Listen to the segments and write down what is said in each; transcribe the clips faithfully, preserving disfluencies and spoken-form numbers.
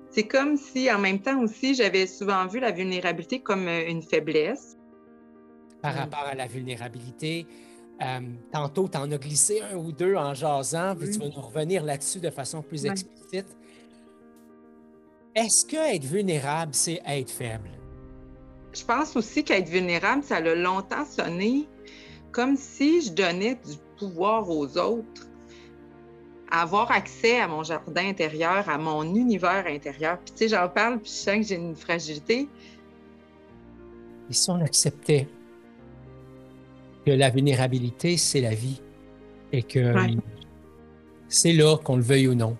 c'est comme si, en même temps aussi, j'avais souvent vu la vulnérabilité comme une faiblesse. Par rapport à la vulnérabilité, euh, tantôt, tu en as glissé un ou deux en jasant, puis Oui. tu vas nous revenir là-dessus de façon plus Oui. explicite. Est-ce qu'être vulnérable, c'est être faible? Je pense aussi qu'être vulnérable, ça a longtemps sonné comme si je donnais du pouvoir aux autres, à avoir accès à mon jardin intérieur, à mon univers intérieur. Puis tu sais, j'en parle, puis je sens que j'ai une fragilité. Et si on acceptait que la vulnérabilité, c'est la vie et que Ouais. c'est là, qu'on le veuille ou non.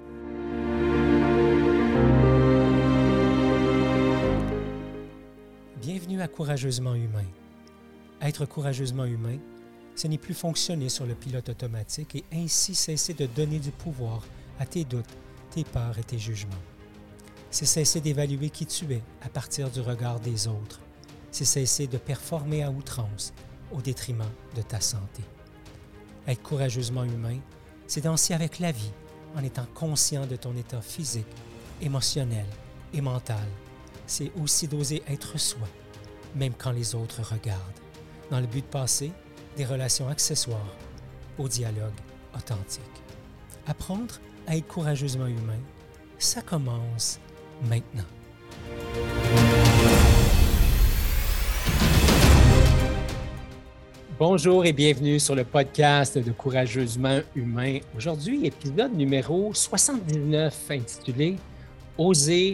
Bienvenue à Courageusement Humain. Être courageusement humain, ce n'est plus fonctionner sur le pilote automatique et ainsi cesser de donner du pouvoir à tes doutes, tes peurs et tes jugements. C'est cesser d'évaluer qui tu es à partir du regard des autres. C'est cesser de performer à outrance au détriment de ta santé. Être courageusement humain, c'est danser avec la vie en étant conscient de ton état physique, émotionnel et mental. C'est aussi d'oser être soi, même quand les autres regardent, dans le but de passer des relations accessoires au dialogue authentique. Apprendre à être courageusement humain, ça commence maintenant. Bonjour et bienvenue sur le podcast de Courageusement Humain. Aujourd'hui, épisode numéro soixante-dix-neuf intitulé « Oser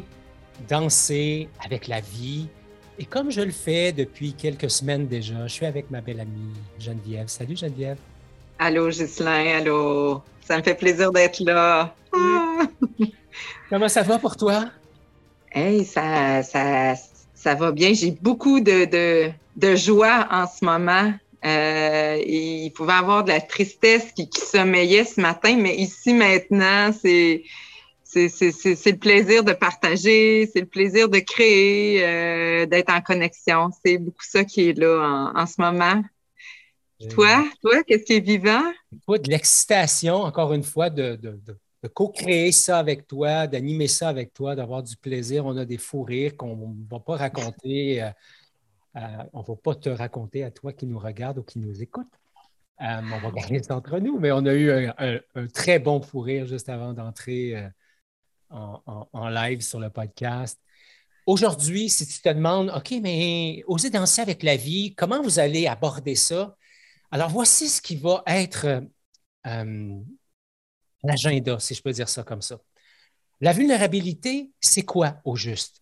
danser avec la vie ». Et comme je le fais depuis quelques semaines déjà, je suis avec ma belle amie Geneviève. Salut Geneviève. Allô Ghislain, allô. Ça me fait plaisir d'être là. Ah! Comment ça va pour toi? Hey, ça, ça, ça va bien. J'ai beaucoup de, de, de joie en ce moment. Euh, et il pouvait y avoir de la tristesse qui, qui sommeillait ce matin, mais ici maintenant, c'est, c'est, c'est, c'est, c'est le plaisir de partager, c'est le plaisir de créer, euh, d'être en connexion. C'est beaucoup ça qui est là en, en ce moment. Euh, Toi, toi, qu'est-ce qui est vivant? Toi, de l'excitation, encore une fois, de, de, de, de co-créer ça avec toi, d'animer ça avec toi, d'avoir du plaisir. On a des fous rires qu'on ne va pas raconter. Euh, euh, on ne va pas te raconter à toi qui nous regarde ou qui nous écoute. Euh, on va garder ça entre nous, mais on a eu un, un, un très bon fou rire juste avant d'entrer euh, en, en, en live sur le podcast. Aujourd'hui, si tu te demandes, OK, mais oser danser avec la vie, comment vous allez aborder ça? Alors, voici ce qui va être euh, l'agenda, si je peux dire ça comme ça. La vulnérabilité, c'est quoi au juste?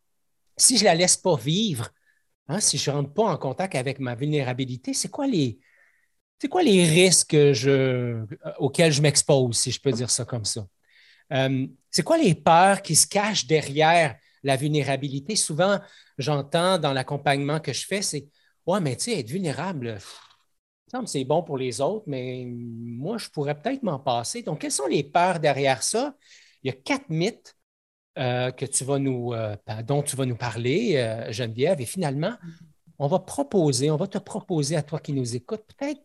Si je ne la laisse pas vivre, hein, si je ne rentre pas en contact avec ma vulnérabilité, c'est quoi les, c'est quoi les risques que je, auxquels je m'expose, si je peux dire ça comme ça? Euh, c'est quoi les peurs qui se cachent derrière la vulnérabilité? Souvent, j'entends dans l'accompagnement que je fais, c'est « Ouais, mais tu sais, être vulnérable, pff, il me semble que c'est bon pour les autres, mais moi, je pourrais peut-être m'en passer. » Donc, quelles sont les peurs derrière ça? Il y a quatre mythes euh, que tu vas nous, euh, dont tu vas nous parler, euh, Geneviève, et finalement, on va proposer, on va te proposer à toi qui nous écoutes peut-être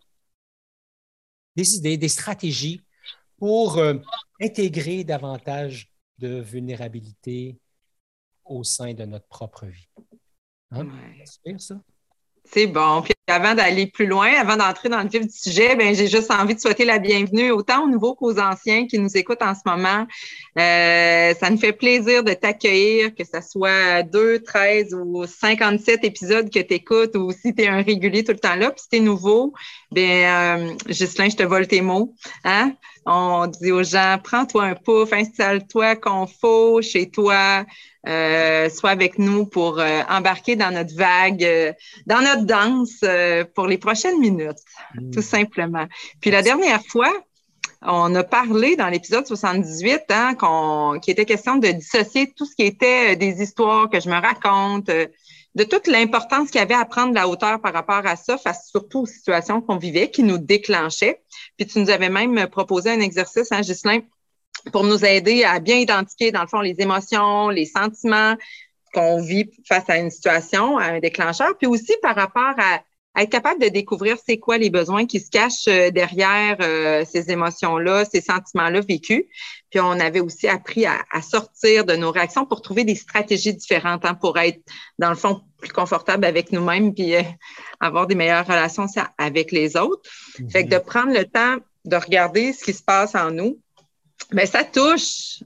des idées, des stratégies pour euh, intégrer davantage de vulnérabilité au sein de notre propre vie. Hein? Ouais. C'est bien ça? C'est bon. Puis avant d'aller plus loin, avant d'entrer dans le vif du sujet, ben j'ai juste envie de souhaiter la bienvenue autant aux nouveaux qu'aux anciens qui nous écoutent en ce moment. Euh, ça nous fait plaisir de t'accueillir, que ce soit deux, treize ou cinquante-sept épisodes que tu écoutes ou si tu es un régulier tout le temps là. Puis si tu es nouveau, ben euh, Ghislain, je te vole tes mots. Hein? On dit aux gens, prends-toi un pouf, installe-toi confort chez toi. Euh, sois avec nous pour euh, embarquer dans notre vague, euh, dans notre danse euh, pour les prochaines minutes, mmh. tout simplement. Puis la dernière fois, on a parlé dans l'épisode soixante-dix-huit hein, qu'on, qu'il était question de dissocier tout ce qui était des histoires que je me raconte, euh, de toute l'importance qu'il y avait à prendre la hauteur par rapport à ça, face surtout aux situations qu'on vivait, qui nous déclenchaient. Puis tu nous avais même proposé un exercice, hein, Ghislain, pour nous aider à bien identifier, dans le fond, les émotions, les sentiments qu'on vit face à une situation, à un déclencheur, puis aussi par rapport à être capable de découvrir c'est quoi les besoins qui se cachent euh, derrière euh, ces émotions-là, ces sentiments-là vécus. Puis on avait aussi appris à, à sortir de nos réactions pour trouver des stratégies différentes, hein, pour être, dans le fond, plus confortable avec nous-mêmes puis euh, avoir des meilleures relations avec les autres. Mm-hmm. Fait que de prendre le temps de regarder ce qui se passe en nous, bien, ça touche,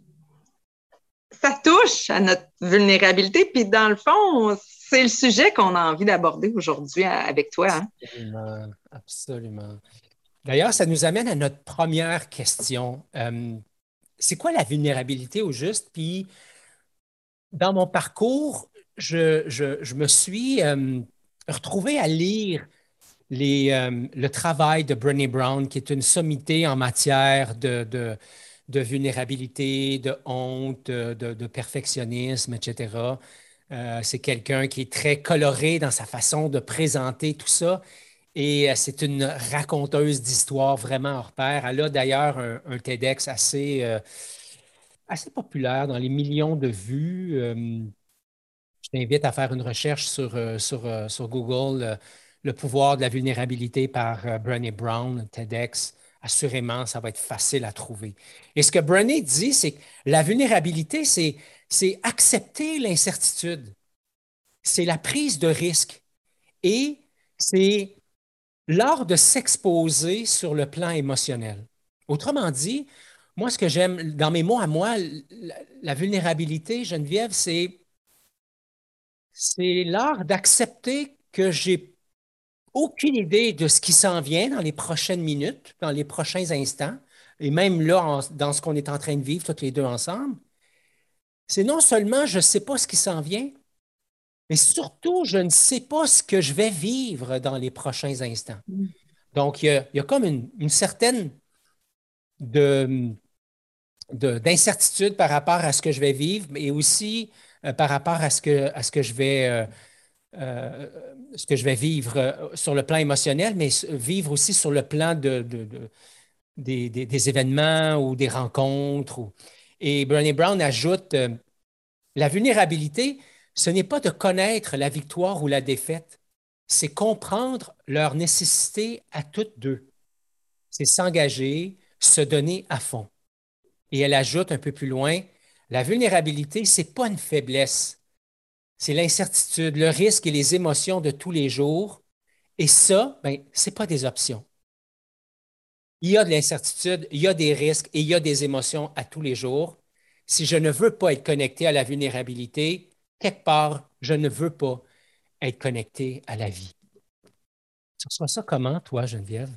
ça touche à notre vulnérabilité. Puis dans le fond, c'est le sujet qu'on a envie d'aborder aujourd'hui avec toi. Hein? Absolument, absolument. D'ailleurs, ça nous amène à notre première question. Euh, c'est quoi la vulnérabilité au juste? Puis, dans mon parcours, je, je, je me suis euh, retrouvé à lire les, euh, le travail de Brené Brown, qui est une sommité en matière de, de, de vulnérabilité, de honte, de, de, de perfectionnisme, et cetera. Euh, c'est quelqu'un qui est très coloré dans sa façon de présenter tout ça. Et euh, c'est une raconteuse d'histoire vraiment hors pair. Elle a d'ailleurs un, un TEDx assez, euh, assez populaire dans les millions de vues. Euh, je t'invite à faire une recherche sur, euh, sur, euh, sur Google, euh, le pouvoir de la vulnérabilité par euh, Brené Brown, TEDx. Assurément, ça va être facile à trouver. Et ce que Brené dit, c'est que la vulnérabilité, c'est, c'est accepter l'incertitude. C'est la prise de risque et c'est l'art de s'exposer sur le plan émotionnel. Autrement dit, moi, ce que j'aime, dans mes mots à moi, la, la vulnérabilité, Geneviève, c'est, c'est l'art d'accepter que j'ai aucune idée de ce qui s'en vient dans les prochaines minutes, dans les prochains instants, et même là, en, dans ce qu'on est en train de vivre toutes les deux ensemble. C'est non seulement je ne sais pas ce qui s'en vient, mais surtout, je ne sais pas ce que je vais vivre dans les prochains instants. Donc, il y a, il y a comme une, une certaine de, de, d'incertitude par rapport à ce que je vais vivre, mais aussi euh, par rapport à ce que, à ce que je vais, euh, euh, ce que je vais vivre euh, sur le plan émotionnel, mais vivre aussi sur le plan de, de, de des, des, des événements ou des rencontres. Ou... Et Brené Brown ajoute, euh, la vulnérabilité, ce n'est pas de connaître la victoire ou la défaite, c'est comprendre leur nécessité à toutes deux. C'est s'engager, se donner à fond. Et elle ajoute un peu plus loin, la vulnérabilité, ce n'est pas une faiblesse, c'est l'incertitude, le risque et les émotions de tous les jours. Et ça, ben, ce n'est pas des options. Il y a de l'incertitude, il y a des risques et il y a des émotions à tous les jours. Si je ne veux pas être connecté à la vulnérabilité, quelque part, je ne veux pas être connecté à la vie. Tu reçois ça comment, toi, Geneviève?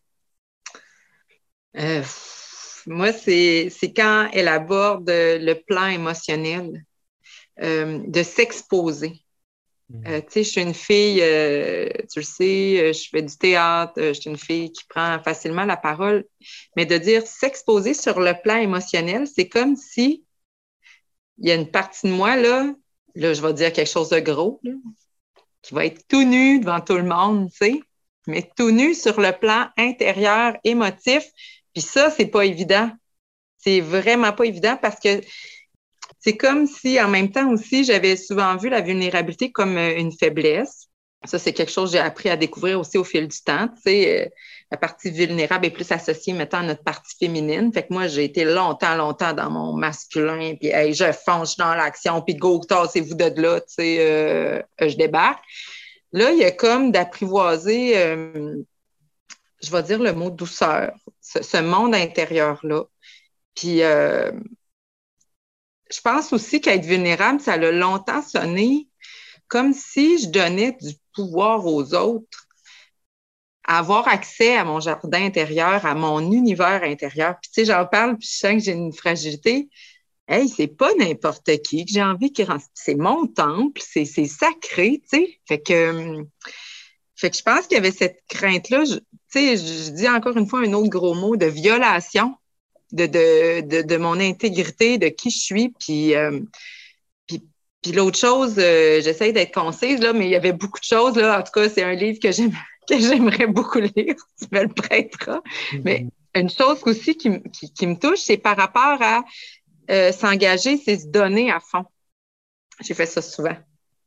Euh, moi, c'est, c'est quand elle aborde le plan émotionnel, euh, de s'exposer. Mm. Euh, tu sais, je suis une fille, euh, tu le sais, je fais du théâtre, je suis une fille qui prend facilement la parole, mais de dire s'exposer sur le plan émotionnel, c'est comme si il y a une partie de moi, là, là, je vais dire quelque chose de gros, là, qui va être tout nu devant tout le monde, tu sais, mais tout nu sur le plan intérieur, émotif. Puis ça, c'est pas évident. C'est vraiment pas évident parce que c'est comme si, en même temps aussi, j'avais souvent vu la vulnérabilité comme une faiblesse. Ça, c'est quelque chose que j'ai appris à découvrir aussi au fil du temps. Tu sais, la partie vulnérable est plus associée, mettons, à notre partie féminine. Fait que moi, j'ai été longtemps, longtemps dans mon masculin, puis hey, je fonce dans l'action, puis go, tassez-vous de là, tu sais, euh, je débarque. Là, il y a comme d'apprivoiser, euh, je vais dire le mot douceur, ce, ce monde intérieur-là. Puis, euh, je pense aussi qu'être vulnérable, ça a longtemps sonné comme si je donnais du pouvoir aux autres à avoir accès à mon jardin intérieur, à mon univers intérieur. Puis, tu sais, j'en parle, puis je sens que j'ai une fragilité. Hey, c'est pas n'importe qui que j'ai envie qu'il rentre. C'est mon temple, c'est, c'est sacré, tu sais. Fait que, fait que je pense qu'il y avait cette crainte-là. Tu sais, je dis encore une fois un autre gros mot de violation de, de, de, de mon intégrité, de qui je suis. Puis, euh, puis, puis l'autre chose, euh, j'essaie d'être concise, là, mais il y avait beaucoup de choses. Là. En tout cas, c'est un livre que, j'aime, que j'aimerais beaucoup lire. Tu me le prêteras. Mm-hmm. Mais une chose aussi qui, qui, qui me touche, c'est par rapport à Euh, s'engager, c'est se donner à fond. J'ai fait ça souvent.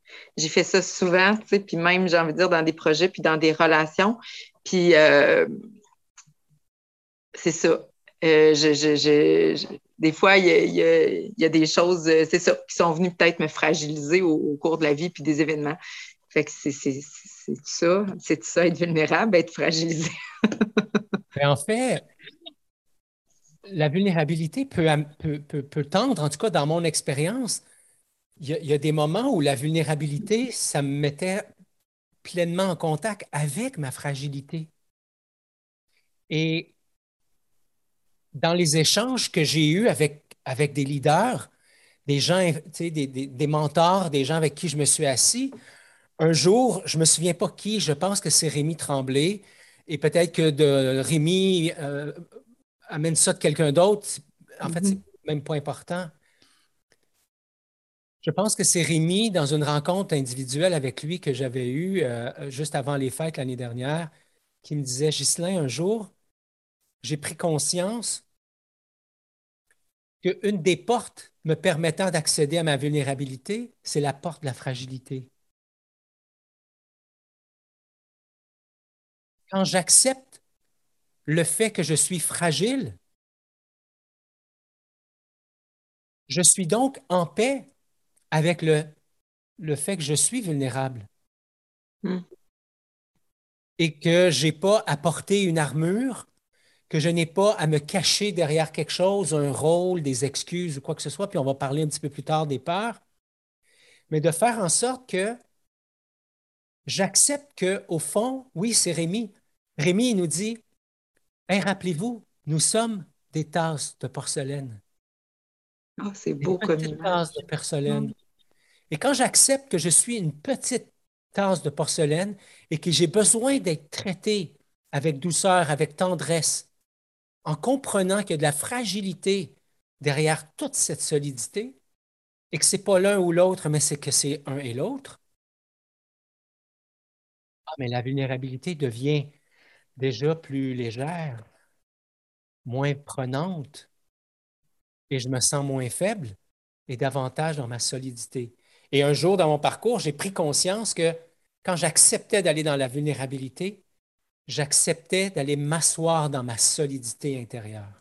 J'ai fait ça souvent, tu sais, puis même, j'ai envie de dire, dans des projets, puis dans des relations. Puis, euh, c'est ça. Euh, je, je, je, je, des fois, il y a, il y a, il y a des choses, euh, c'est ça, qui sont venues peut-être me fragiliser au, au cours de la vie puis des événements. Fait que c'est, c'est, c'est ça, c'est ça, être vulnérable, être fragilisé. Mais en fait, la vulnérabilité peut, am- peut, peut, peut tendre, en tout cas dans mon expérience, il y a, il y a des moments où la vulnérabilité, ça me mettait pleinement en contact avec ma fragilité. Et dans les échanges que j'ai eus avec, avec des leaders, des gens, tu sais, des, des, des mentors, des gens avec qui je me suis assis, un jour, je ne me souviens pas qui, je pense que c'est Rémi Tremblay, et peut-être que de Rémi euh, amène ça de quelqu'un d'autre. En fait, c'est Mhm. même pas important. Je pense que c'est Rémi, dans une rencontre individuelle avec lui que j'avais eue euh, juste avant les fêtes l'année dernière, qui me disait, Ghislain, un jour, j'ai pris conscience qu'une des portes me permettant d'accéder à ma vulnérabilité, c'est la porte de la fragilité. Quand j'accepte le fait que je suis fragile, je suis donc en paix avec le, le fait que je suis vulnérable Mhm. et que je n'ai pas à porter une armure, que je n'ai pas à me cacher derrière quelque chose, un rôle, des excuses ou quoi que ce soit, puis on va parler un petit peu plus tard des peurs, mais de faire en sorte que j'accepte que, au fond, oui, c'est Rémi. Rémi, il nous dit, hey, rappelez-vous, nous sommes des tasses de porcelaine, Ah, c'est des beau comme petites tasses de image. porcelaine. Mhm. Et quand j'accepte que je suis une petite tasse de porcelaine et que j'ai besoin d'être traité avec douceur, avec tendresse, en comprenant qu'il y a de la fragilité derrière toute cette solidité et que ce n'est pas l'un ou l'autre, mais c'est que c'est un et l'autre, ah, mais la vulnérabilité devient déjà plus légère, moins prenante et je me sens moins faible et davantage dans ma solidité. Et un jour dans mon parcours, j'ai pris conscience que quand j'acceptais d'aller dans la vulnérabilité, j'acceptais d'aller m'asseoir dans ma solidité intérieure.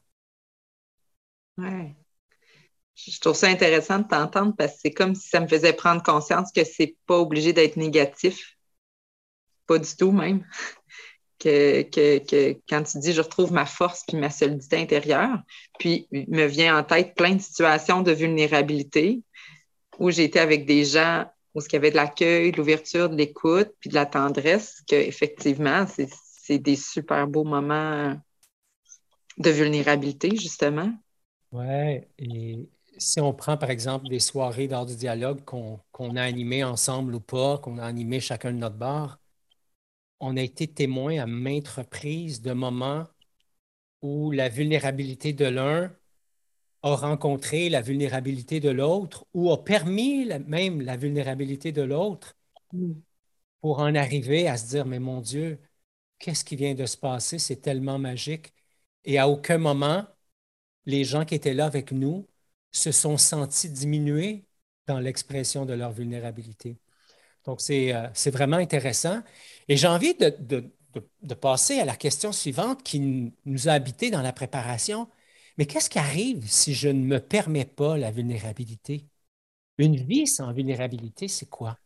Ouais. Je trouve ça intéressant de t'entendre parce que c'est comme si ça me faisait prendre conscience que c'est pas obligé d'être négatif, pas du tout même. Que, que, que quand tu dis je retrouve ma force puis ma solidité intérieure, puis il me vient en tête plein de situations de vulnérabilité où j'ai été avec des gens où il y avait de l'accueil, de l'ouverture, de l'écoute, puis de la tendresse, que effectivement, c'est, c'est des super beaux moments de vulnérabilité, justement. Ouais, et si on prend par exemple des soirées d'art du dialogue qu'on qu'on a animées ensemble ou pas, qu'on a animées chacun de notre bar, on a été témoin à maintes reprises de moments où la vulnérabilité de l'un a rencontré la vulnérabilité de l'autre ou a permis la- même la vulnérabilité de l'autre Mm. pour en arriver à se dire, mais mon Dieu, qu'est-ce qui vient de se passer? C'est tellement magique. Et à aucun moment, les gens qui étaient là avec nous se sont sentis diminués dans l'expression de leur vulnérabilité. Donc, c'est euh, c'est vraiment intéressant. Et j'ai envie de, de- de- de passer à la question suivante qui n- nous a habité dans la préparation. Mais qu'est-ce qui arrive si je ne me permets pas la vulnérabilité? Une vie sans vulnérabilité, c'est quoi?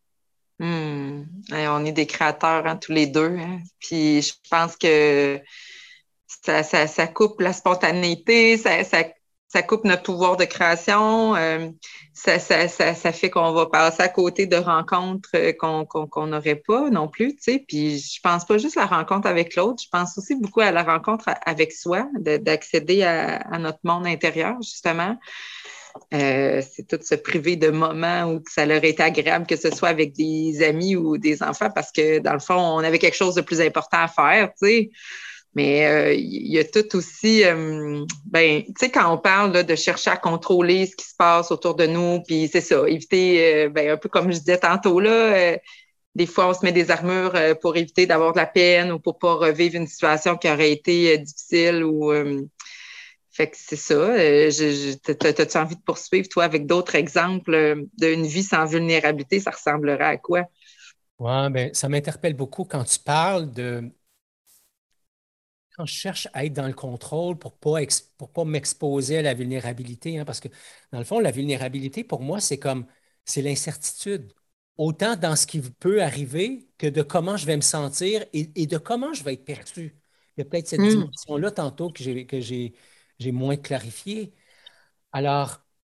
Mm. Et on est des créateurs, hein, tous les deux. Hein. Puis je pense que ça, ça, ça coupe la spontanéité, ça, ça, ça coupe notre pouvoir de création, euh, ça, ça, ça, ça fait qu'on va passer à côté de rencontres euh, qu'on qu'on, qu'on n'aurait pas non plus, tu sais. Puis je pense pas juste à la rencontre avec l'autre, je pense aussi beaucoup à la rencontre avec soi, de, d'accéder à, à notre monde intérieur, justement. Euh, c'est tout se priver de moments où ça leur est agréable, que ce soit avec des amis ou des enfants, parce que dans le fond, on avait quelque chose de plus important à faire, tu sais. Mais euh, il y a tout aussi, euh, ben, tu sais, quand on parle là, de chercher à contrôler ce qui se passe autour de nous, puis c'est ça, éviter, euh, ben, un peu comme je disais tantôt, là, euh, des fois, on se met des armures euh, pour éviter d'avoir de la peine ou pour pas revivre une situation qui aurait été euh, difficile ou... Euh, Fait que c'est ça. Euh, je- je- t'as- t'as- T'as-tu envie de poursuivre, toi, avec d'autres exemples euh, d'une vie sans vulnérabilité? Ça ressemblerait à quoi? Ouais, ben, ça m'interpelle beaucoup quand tu parles de quand je cherche à être dans le contrôle pour pas ex- pour pas m'exposer à la vulnérabilité, hein, parce que dans le fond, la vulnérabilité, pour moi, c'est comme, c'est l'incertitude. Autant dans ce qui peut arriver que de comment je vais me sentir et, et de comment je vais être perçu. Il y a peut-être cette Hmm. dimension-là tantôt que j'ai, que j'ai, j'ai moins clarifié. Alors,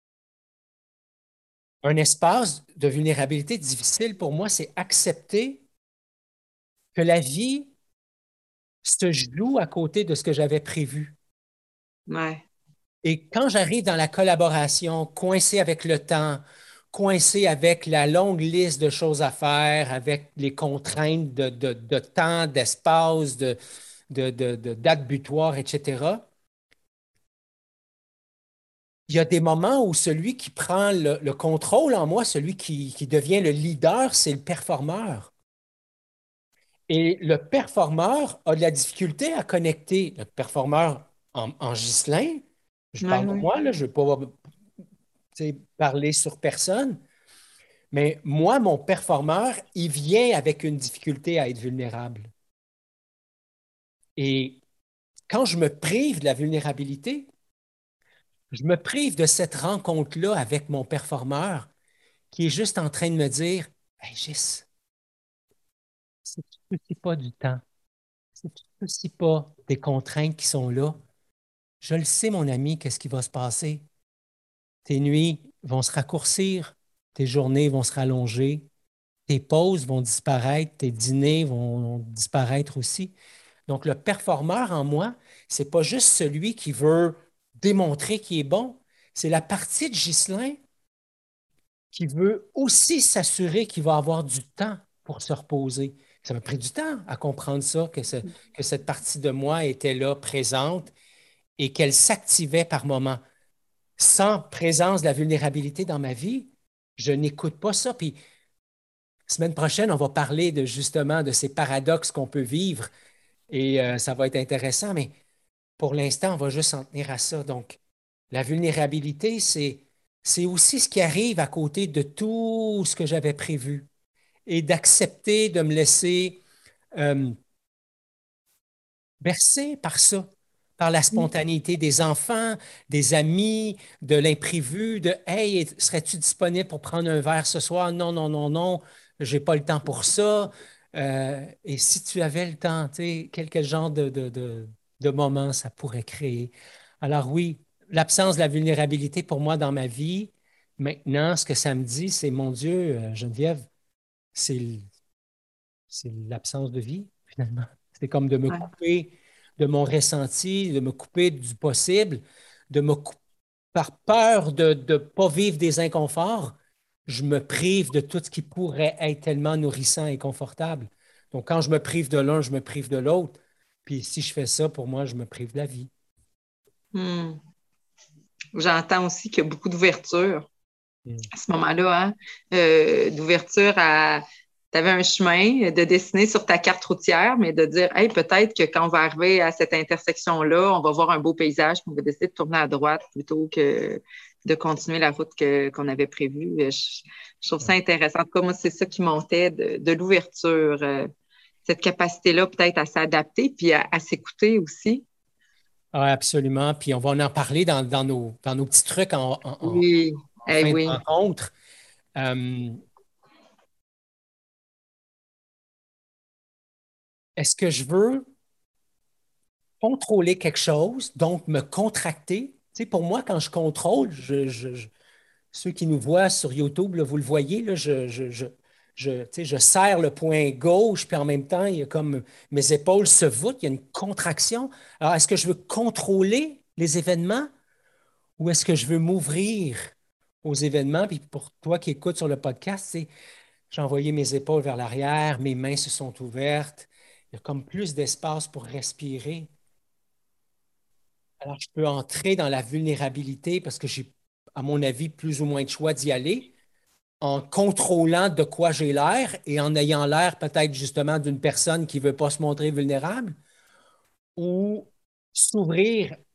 un espace de vulnérabilité difficile pour moi, c'est accepter que la vie se joue à côté de ce que j'avais prévu. Ouais. Et quand j'arrive dans la collaboration, coincé avec le temps, coincé avec la longue liste de choses à faire, avec les contraintes de, de- de temps, d'espace, de, de, de, de date butoir, et cetera, il y a des moments où celui qui prend le, le contrôle en moi, celui qui, qui devient le leader, c'est le performeur. Et le performeur a de la difficulté à connecter. Le performeur en, en Ghislain, je Ouais, parle de ouais. moi, là, je ne vais pas tu sais, parler sur personne, mais moi, mon performeur, il vient avec une difficulté à être vulnérable. Et quand je me prive de la vulnérabilité, je me prive de cette rencontre-là avec mon performeur qui est juste en train de me dire, hey, Gis, c'est aussi pas du temps, c'est aussi pas des contraintes qui sont là. Je le sais, mon ami, qu'est-ce qui va se passer? Tes nuits vont se raccourcir, tes journées vont se rallonger, tes pauses vont disparaître, tes dîners vont disparaître aussi. Donc, le performeur en moi, c'est pas juste celui qui veut démontrer qu'il est bon, c'est la partie de Ghislain qui veut aussi s'assurer qu'il va avoir du temps pour se reposer. Ça m'a pris du temps à comprendre ça, que, ce- que cette partie de moi était là, présente, et qu'elle s'activait par moments. Sans présence de la vulnérabilité dans ma vie, je n'écoute pas ça. Puis, semaine prochaine, on va parler de justement de ces paradoxes qu'on peut vivre et euh, ça va être intéressant, mais pour l'instant, on va juste s'en tenir à ça. Donc, la vulnérabilité, c'est, c'est aussi ce qui arrive à côté de tout ce que j'avais prévu et d'accepter de me laisser euh, bercé par ça, par la spontanéité des enfants, des amis, de l'imprévu, de Hey, serais-tu disponible pour prendre un verre ce soir? Non, non, non, non, j'ai pas le temps pour ça. Euh, et si tu avais le temps, tu sais, quel, quel genre de, de, de, de moment ça pourrait créer? Alors oui, l'absence de la vulnérabilité pour moi dans ma vie, maintenant, ce que ça me dit, c'est mon Dieu, euh, Geneviève, c'est c'est l'absence de vie, finalement. C'est comme de me Ouais. couper de mon ressenti, de me couper du possible, de me couper par peur de ne pas vivre des inconforts, je me prive de tout ce qui pourrait être tellement nourrissant et confortable. Donc, quand je me prive de l'un, je me prive de l'autre. Puis, si je fais ça, pour moi, je me prive de la vie. Hmm. J'entends aussi qu'il y a beaucoup d'ouverture Mm. à ce moment-là, hein? Euh, d'ouverture à. Tu avais un chemin de dessiner sur ta carte routière, mais de dire, hey, peut-être que quand on va arriver à cette intersection-là, on va voir un beau paysage, puis on va décider de tourner à droite plutôt que de continuer la route que, qu'on avait prévue. Je, je trouve ça intéressant. En tout cas, moi, c'est ça qui montait de, de l'ouverture, euh, cette capacité-là peut-être à s'adapter, puis à, à s'écouter aussi. Ah, absolument. Puis, on va en parler dans, dans nos, dans nos petits trucs en, en- en- Oui, en eh fin de oui. rencontre. Euh, est-ce que je veux contrôler quelque chose, donc me contracter? Tu sais, pour moi, quand je contrôle, je, je- je- ceux qui nous voient sur YouTube, là, vous le voyez, là, je, je, je, je, tu sais, je serre le poing gauche, puis en même temps, il y a comme mes épaules se voûtent, il y a une contraction. Alors, est-ce que je veux contrôler les événements ou est-ce que je veux m'ouvrir aux événements? Puis pour toi qui écoutes sur le podcast, c'est, j'ai envoyé mes épaules vers l'arrière, mes mains se sont ouvertes. Il y a comme plus d'espace pour respirer. Alors, je peux entrer dans la vulnérabilité parce que j'ai, à mon avis, plus ou moins de choix d'y aller en contrôlant de quoi j'ai l'air et en ayant l'air peut-être justement d'une personne qui ne veut pas se montrer vulnérable ou s'ouvrir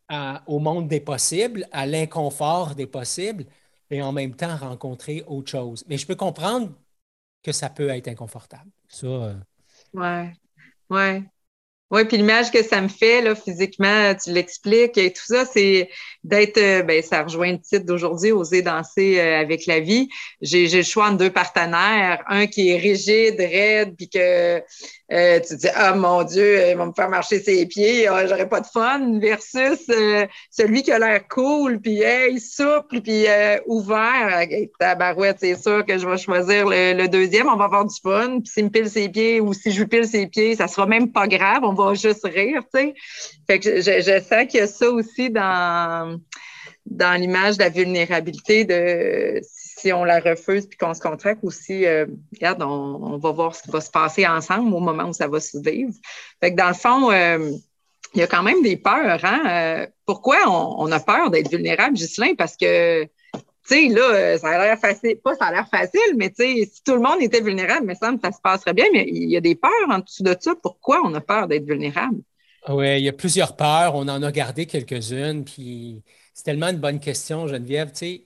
à- au monde des possibles, à l'inconfort des possibles, et en même temps rencontrer autre chose. Mais je peux comprendre que ça peut être inconfortable. Ça, euh, Ouais, ouais. Oui, puis l'image que ça me fait, là, physiquement, tu l'expliques et tout ça, c'est d'être, euh, ben, ça rejoint le titre d'aujourd'hui, Oser danser euh, avec la vie. J'ai, j'ai le choix entre deux partenaires, un qui est rigide, raide, puis que euh, tu te dis, ah mon Dieu, il va me faire marcher ses pieds, ah, j'aurais pas de fun, versus euh, celui qui a l'air cool, puis hey, souple, puis euh, ouvert. Hey, tabarouette, c'est sûr que je vais choisir le, le deuxième, on va avoir du fun, puis s'il me pile ses pieds ou si je lui pile ses pieds, ça sera même pas grave, on va juste rire, tu sais. Fait que je, je sens qu'il y a ça aussi dans, dans l'image de la vulnérabilité, de si on la refuse puis qu'on se contracte aussi, euh, regarde, on, on va voir ce qui va se passer ensemble au moment où ça va se vivre. Fait que dans le fond, euh, il y a quand même des peurs, hein? Euh, pourquoi on, on a peur d'être vulnérable, Ghislain? Parce que, tu sais, là, ça a l'air facile. Pas ça a l'air facile, mais tu sais, si tout le monde était vulnérable, il me semble que ça se passerait bien, mais il y a des peurs en dessous de ça. Pourquoi on a peur d'être vulnérable? oui, il y a plusieurs peurs. On en a gardé quelques-unes. Puis c'est tellement une bonne question, Geneviève. Tu sais,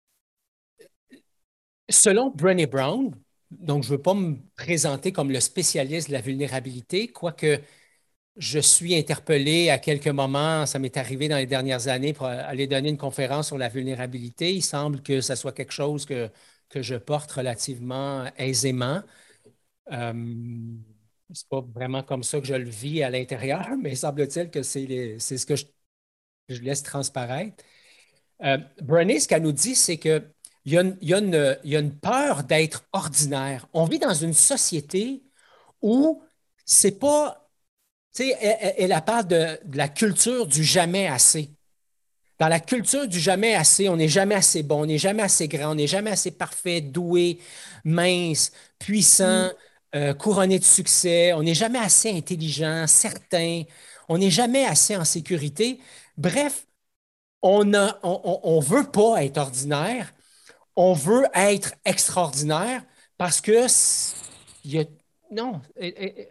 selon Brené Brown, donc je ne veux pas me présenter comme le spécialiste de la vulnérabilité, quoique je suis interpellé à quelques moments, ça m'est arrivé dans les dernières années pour aller donner une conférence sur la vulnérabilité. Il semble que ça soit quelque chose que, que je porte relativement aisément. Euh, c'est pas vraiment comme ça que je le vis à l'intérieur, mais semble-t-il que c'est les- c'est ce que je, je laisse transparaître. Euh, Brené, ce qu'elle nous dit, c'est qu'il y a une, il y a une- il y a une peur d'être ordinaire. On vit dans une société où c'est pas, tu sais, elle, elle- elle parle de, de la culture du jamais assez. Dans la culture du jamais assez, on n'est jamais assez bon, on n'est jamais assez grand, on n'est jamais assez parfait, doué, mince, puissant, euh, couronné de succès, on n'est jamais assez intelligent, certain, on n'est jamais assez en sécurité. Bref, on a, on, on- on veut pas être ordinaire, on veut être extraordinaire parce que c- il y a- non, e- e-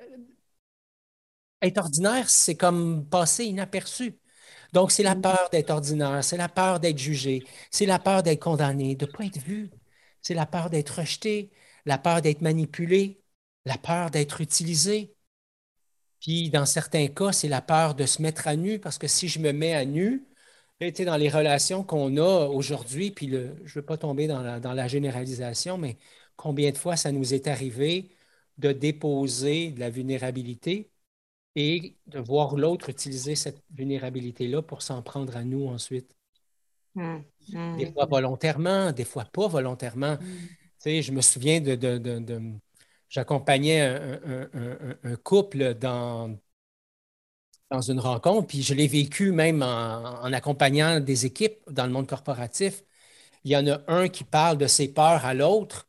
être ordinaire, c'est comme passer inaperçu. Donc, c'est la peur d'être ordinaire, c'est la peur d'être jugé, c'est la peur d'être condamné, de ne pas être vu, c'est la peur d'être rejeté, la peur d'être manipulé, la peur d'être utilisé. Puis, dans certains cas, c'est la peur de se mettre à nu, parce que si je me mets à nu, là, tu sais, dans les relations qu'on a aujourd'hui, puis le- je ne veux pas tomber dans la, dans la généralisation, mais combien de fois ça nous est arrivé de déposer de la vulnérabilité et de voir l'autre utiliser cette vulnérabilité-là pour s'en prendre à nous ensuite. Hum, Des hum, fois volontairement, des fois pas volontairement. Tu hum, sais, je me souviens de, de- de- de- j'accompagnais un, un- un- un- un couple dans, dans une rencontre, puis je l'ai vécu même en, en accompagnant des équipes dans le monde corporatif. Il y en a un qui parle de ses peurs à l'autre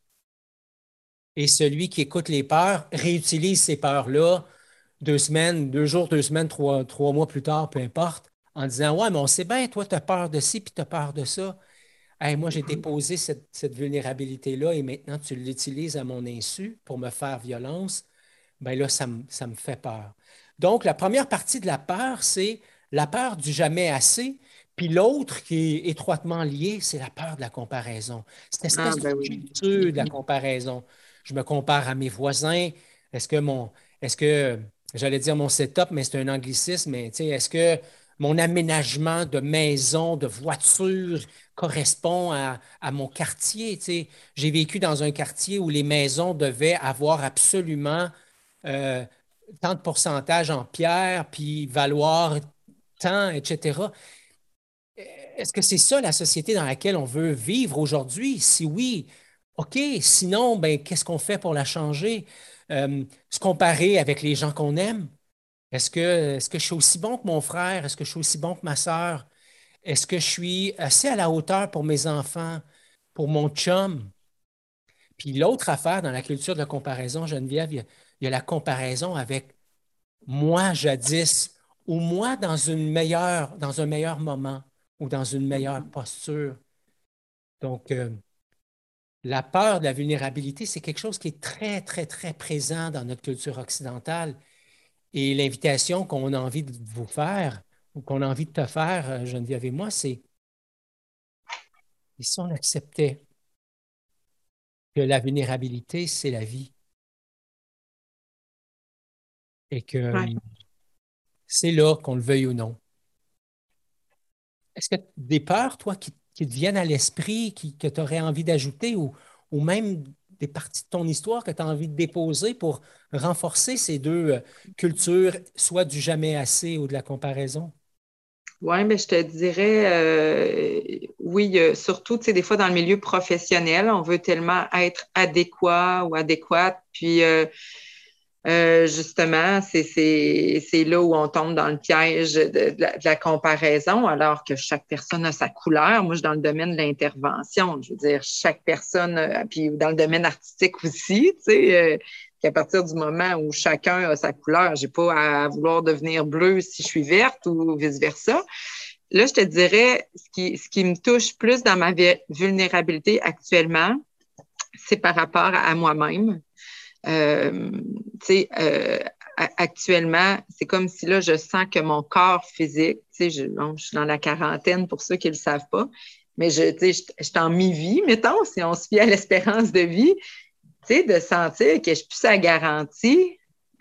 et celui qui écoute les peurs réutilise ces peurs-là deux semaines, deux jours, deux semaines, trois, trois mois plus tard, peu importe, en disant, ouais, mais on sait bien, toi, tu as peur de ci, puis tu as peur de ça. Hey, moi, j'ai déposé cette, cette vulnérabilité-là et maintenant tu l'utilises à mon insu pour me faire violence. Ben là, ça me, ça me fait peur. Donc, la première partie de la peur, c'est la peur du jamais assez. Puis l'autre qui est étroitement lié, c'est la peur de la comparaison. Cette Ah, espèce de ben oui. culture de la comparaison. Je me compare à mes voisins. Est-ce que mon, est-ce que, j'allais dire mon setup, mais c'est un anglicisme, mais tu sais, est-ce que mon aménagement de maison, de voiture correspond à, à mon quartier? Tu sais, j'ai vécu dans un quartier où les maisons devaient avoir absolument euh, tant de pourcentage en pierre, puis valoir tant, et cetera. Est-ce que c'est ça la société dans laquelle on veut vivre aujourd'hui? Si oui, OK. Sinon, ben, qu'est-ce qu'on fait pour la changer? Euh, se comparer avec les gens qu'on aime. Est-ce que, est-ce que je suis aussi bon que mon frère? Est-ce que je suis aussi bon que ma sœur? Est-ce que je suis assez à la hauteur pour mes enfants, pour mon chum? Puis l'autre affaire dans la culture de la comparaison, Geneviève, il y a, il y a la comparaison avec moi jadis ou moi dans une meilleure, dans un meilleur moment ou dans une meilleure posture. Donc, euh, la peur de la vulnérabilité, c'est quelque chose qui est très, très, très présent dans notre culture occidentale. Et l'invitation qu'on a envie de vous faire ou qu'on a envie de te faire, euh, Geneviève et moi, c'est et si on acceptait que la vulnérabilité, c'est la vie et que euh, Ouais. c'est là, qu'on le veuille ou non. Est-ce que tu as des peurs, toi, qui, qui te viennent à l'esprit, qui, que tu aurais envie d'ajouter ou, ou même des parties de ton histoire que tu as envie de déposer pour renforcer ces deux euh, cultures, soit du jamais assez ou de la comparaison? Oui, mais je te dirais, euh, oui, euh, surtout, tu sais, des fois dans le milieu professionnel, on veut tellement être adéquat ou adéquate, puis euh, euh, justement, c'est, c'est, c'est là où on tombe dans le piège de, de la, de la comparaison, alors que chaque personne a sa couleur. Moi, je suis dans le domaine de l'intervention, je veux dire, chaque personne, euh, puis dans le domaine artistique aussi, tu sais, euh, qu'à partir du moment où chacun a sa couleur, j'ai pas à vouloir devenir bleu si je suis verte ou vice-versa. Là, je te dirais, ce qui, ce qui me touche plus dans ma vulnérabilité actuellement, c'est par rapport à moi-même. Euh, tu sais, euh, actuellement, c'est comme si là, je sens que mon corps physique, tu sais, je, bon, je suis dans la quarantaine pour ceux qui ne le savent pas, mais je, tu sais, je, je suis en mi-vie, mettons, si on se fie à l'espérance de vie, tu sais, de sentir que je suis plus à garantie.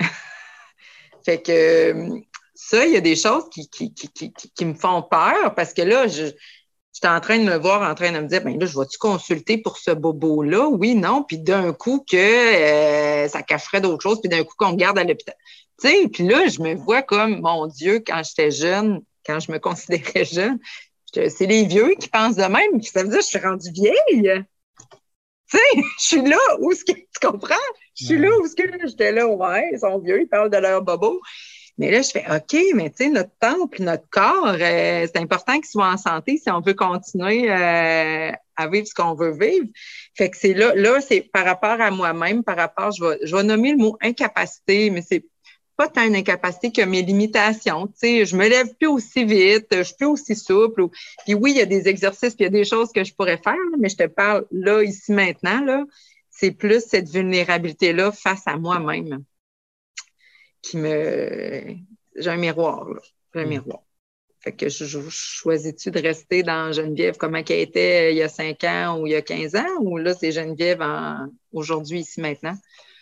Fait que ça, il y a des choses qui, qui, qui, qui, qui me font peur parce que là, je, j'étais en train de me voir, en train de me dire, ben là, je vais-tu consulter pour ce bobo-là? Oui, non. Puis d'un coup, que euh, ça cacherait d'autres choses, puis d'un coup, qu'on me garde à l'hôpital. Tu sais, puis là, je me vois comme, mon Dieu, quand j'étais jeune, quand je me considérais jeune, c'est les vieux qui pensent de même. Ça veut dire que je suis rendue vieille. Tu sais, je suis là où est-ce que tu comprends? Je suis là Ouais. où est-ce que j'étais là, ouais, ils sont vieux, ils parlent de leur bobo. Mais là, je fais OK, mais tu sais, notre temple, notre corps, euh, c'est important qu'il soit en santé si on veut continuer euh, à vivre ce qu'on veut vivre. Fait que c'est là, là, c'est par rapport à moi-même, par rapport, je vais, je vais nommer le mot incapacité, mais c'est pas tant une incapacité que mes limitations. Tu sais, je me lève plus aussi vite, je suis plus aussi souple. Ou... Puis oui, il y a des exercices, puis il y a des choses que je pourrais faire, là, mais je te parle là, ici, maintenant, là, c'est plus cette vulnérabilité-là face à moi-même qui me. J'ai un miroir, là. J'ai un Hmm. miroir. Fait que je, je choisis-tu de rester dans Geneviève comme elle était il y a cinq ans ou il y a quinze ans, ou là, c'est Geneviève en... aujourd'hui, ici, maintenant?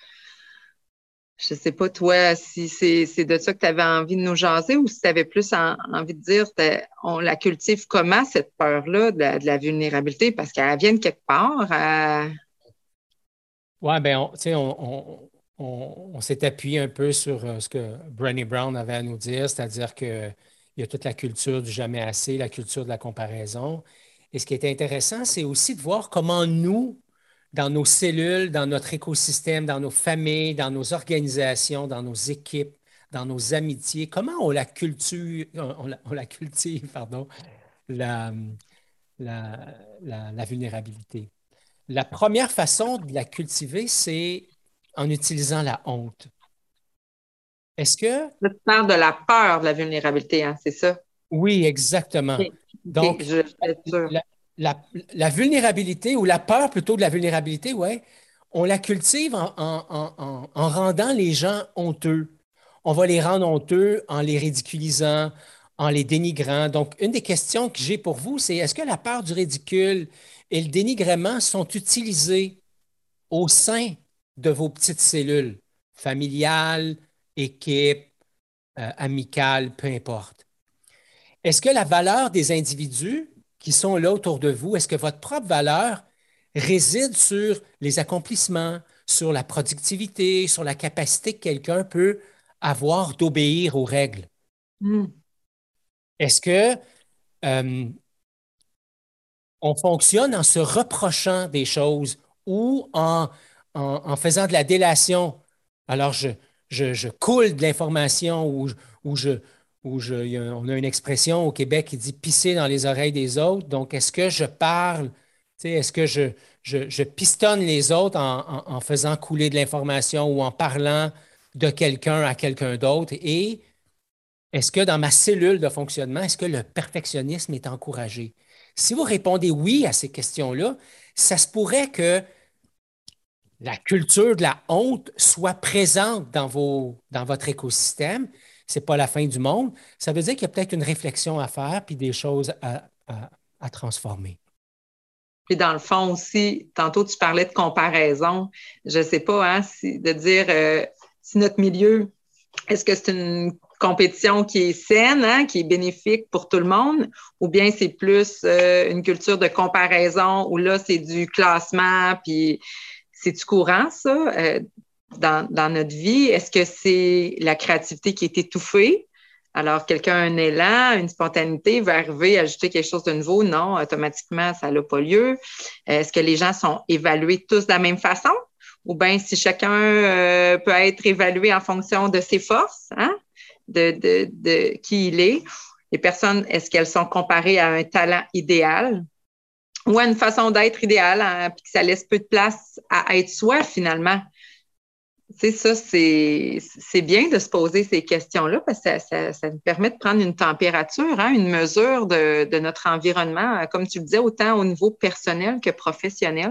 Je ne sais pas, toi, si c'est, c'est de ça que tu avais envie de nous jaser ou si tu avais plus en, envie de dire, on la cultive comment, cette peur-là de la, de la vulnérabilité, parce qu'elle vient de quelque part. Elle... Oui, bien, on, tu sais, on, on, on- on s'est appuyé un peu sur euh, ce que Brené Brown avait à nous dire, c'est-à-dire qu'il y a toute la culture du jamais assez, la culture de la comparaison. Et ce qui est intéressant, c'est aussi de voir comment nous, dans nos cellules, dans notre écosystème, dans nos familles, dans nos organisations, dans nos équipes, dans nos amitiés, comment on la culture, on la, on la cultive, pardon, la, la, la la vulnérabilité. La première façon de la cultiver, c'est en utilisant la honte. Est-ce que... Là, tu parles de la peur de la vulnérabilité, hein, c'est ça? Oui, exactement. OK, OK, Donc, je, je suis sûre. la, la- la vulnérabilité ou la peur plutôt de la vulnérabilité, ouais, on la cultive en, en- en- en- en rendant les gens honteux. On va les rendre honteux en les ridiculisant, en les dénigrant. Donc, une des questions que j'ai pour vous, c'est est-ce que la peur du ridicule et le dénigrement sont utilisés au sein de vos petites cellules, familiales, équipes, euh, amicales, peu importe. Est-ce que la valeur des individus qui sont là autour de vous, est-ce que votre propre valeur réside sur les accomplissements, sur la productivité, sur la capacité que quelqu'un peut avoir d'obéir aux règles? Hmm. Est-ce que euh, on fonctionne en se reprochant des choses ou en, en, en faisant de la délation? Alors, je, je, je coule de l'information ou, ou je, ou je, il y a- on a une expression au Québec qui dit pisser dans les oreilles des autres. Donc, est-ce que je parle, tu sais, est-ce que je, je, je pistonne les autres en, en- en faisant couler de l'information ou en parlant de quelqu'un à quelqu'un d'autre? Et est-ce que dans ma cellule de fonctionnement, est-ce que le perfectionnisme est encouragé? Si vous répondez oui à ces questions-là, ça se pourrait que la culture de la honte soit présente dans vos, dans votre écosystème, ce n'est pas la fin du monde. Ça veut dire qu'il y a peut-être une réflexion à faire puis des choses à, à, à transformer. Puis dans le fond aussi, tantôt tu parlais de comparaison. Je ne sais pas, hein, si, de dire euh, si notre milieu, est-ce que c'est une compétition qui est saine, hein, qui est bénéfique pour tout le monde, ou bien c'est plus euh, une culture de comparaison où là, c'est du classement, puis c'est-tu courant, ça, euh, dans, dans notre vie? Est-ce que c'est la créativité qui est étouffée? Alors, quelqu'un a un élan, une spontanéité, veut arriver à ajouter quelque chose de nouveau. Non, automatiquement, ça n'a pas lieu. Est-ce que les gens sont évalués tous de la même façon? Ou bien si chacun euh, peut être évalué en fonction de ses forces, hein? de, de, de qui il est. Les personnes, est-ce qu'elles sont comparées à un talent idéal ou à une façon d'être idéale, hein, puis que ça laisse peu de place à être soi, finalement? Tu sais, ça, c'est, c'est bien de se poser ces questions-là parce que ça, ça, ça nous permet de prendre une température, hein, une mesure de, de notre environnement, comme tu le disais, autant au niveau personnel que professionnel.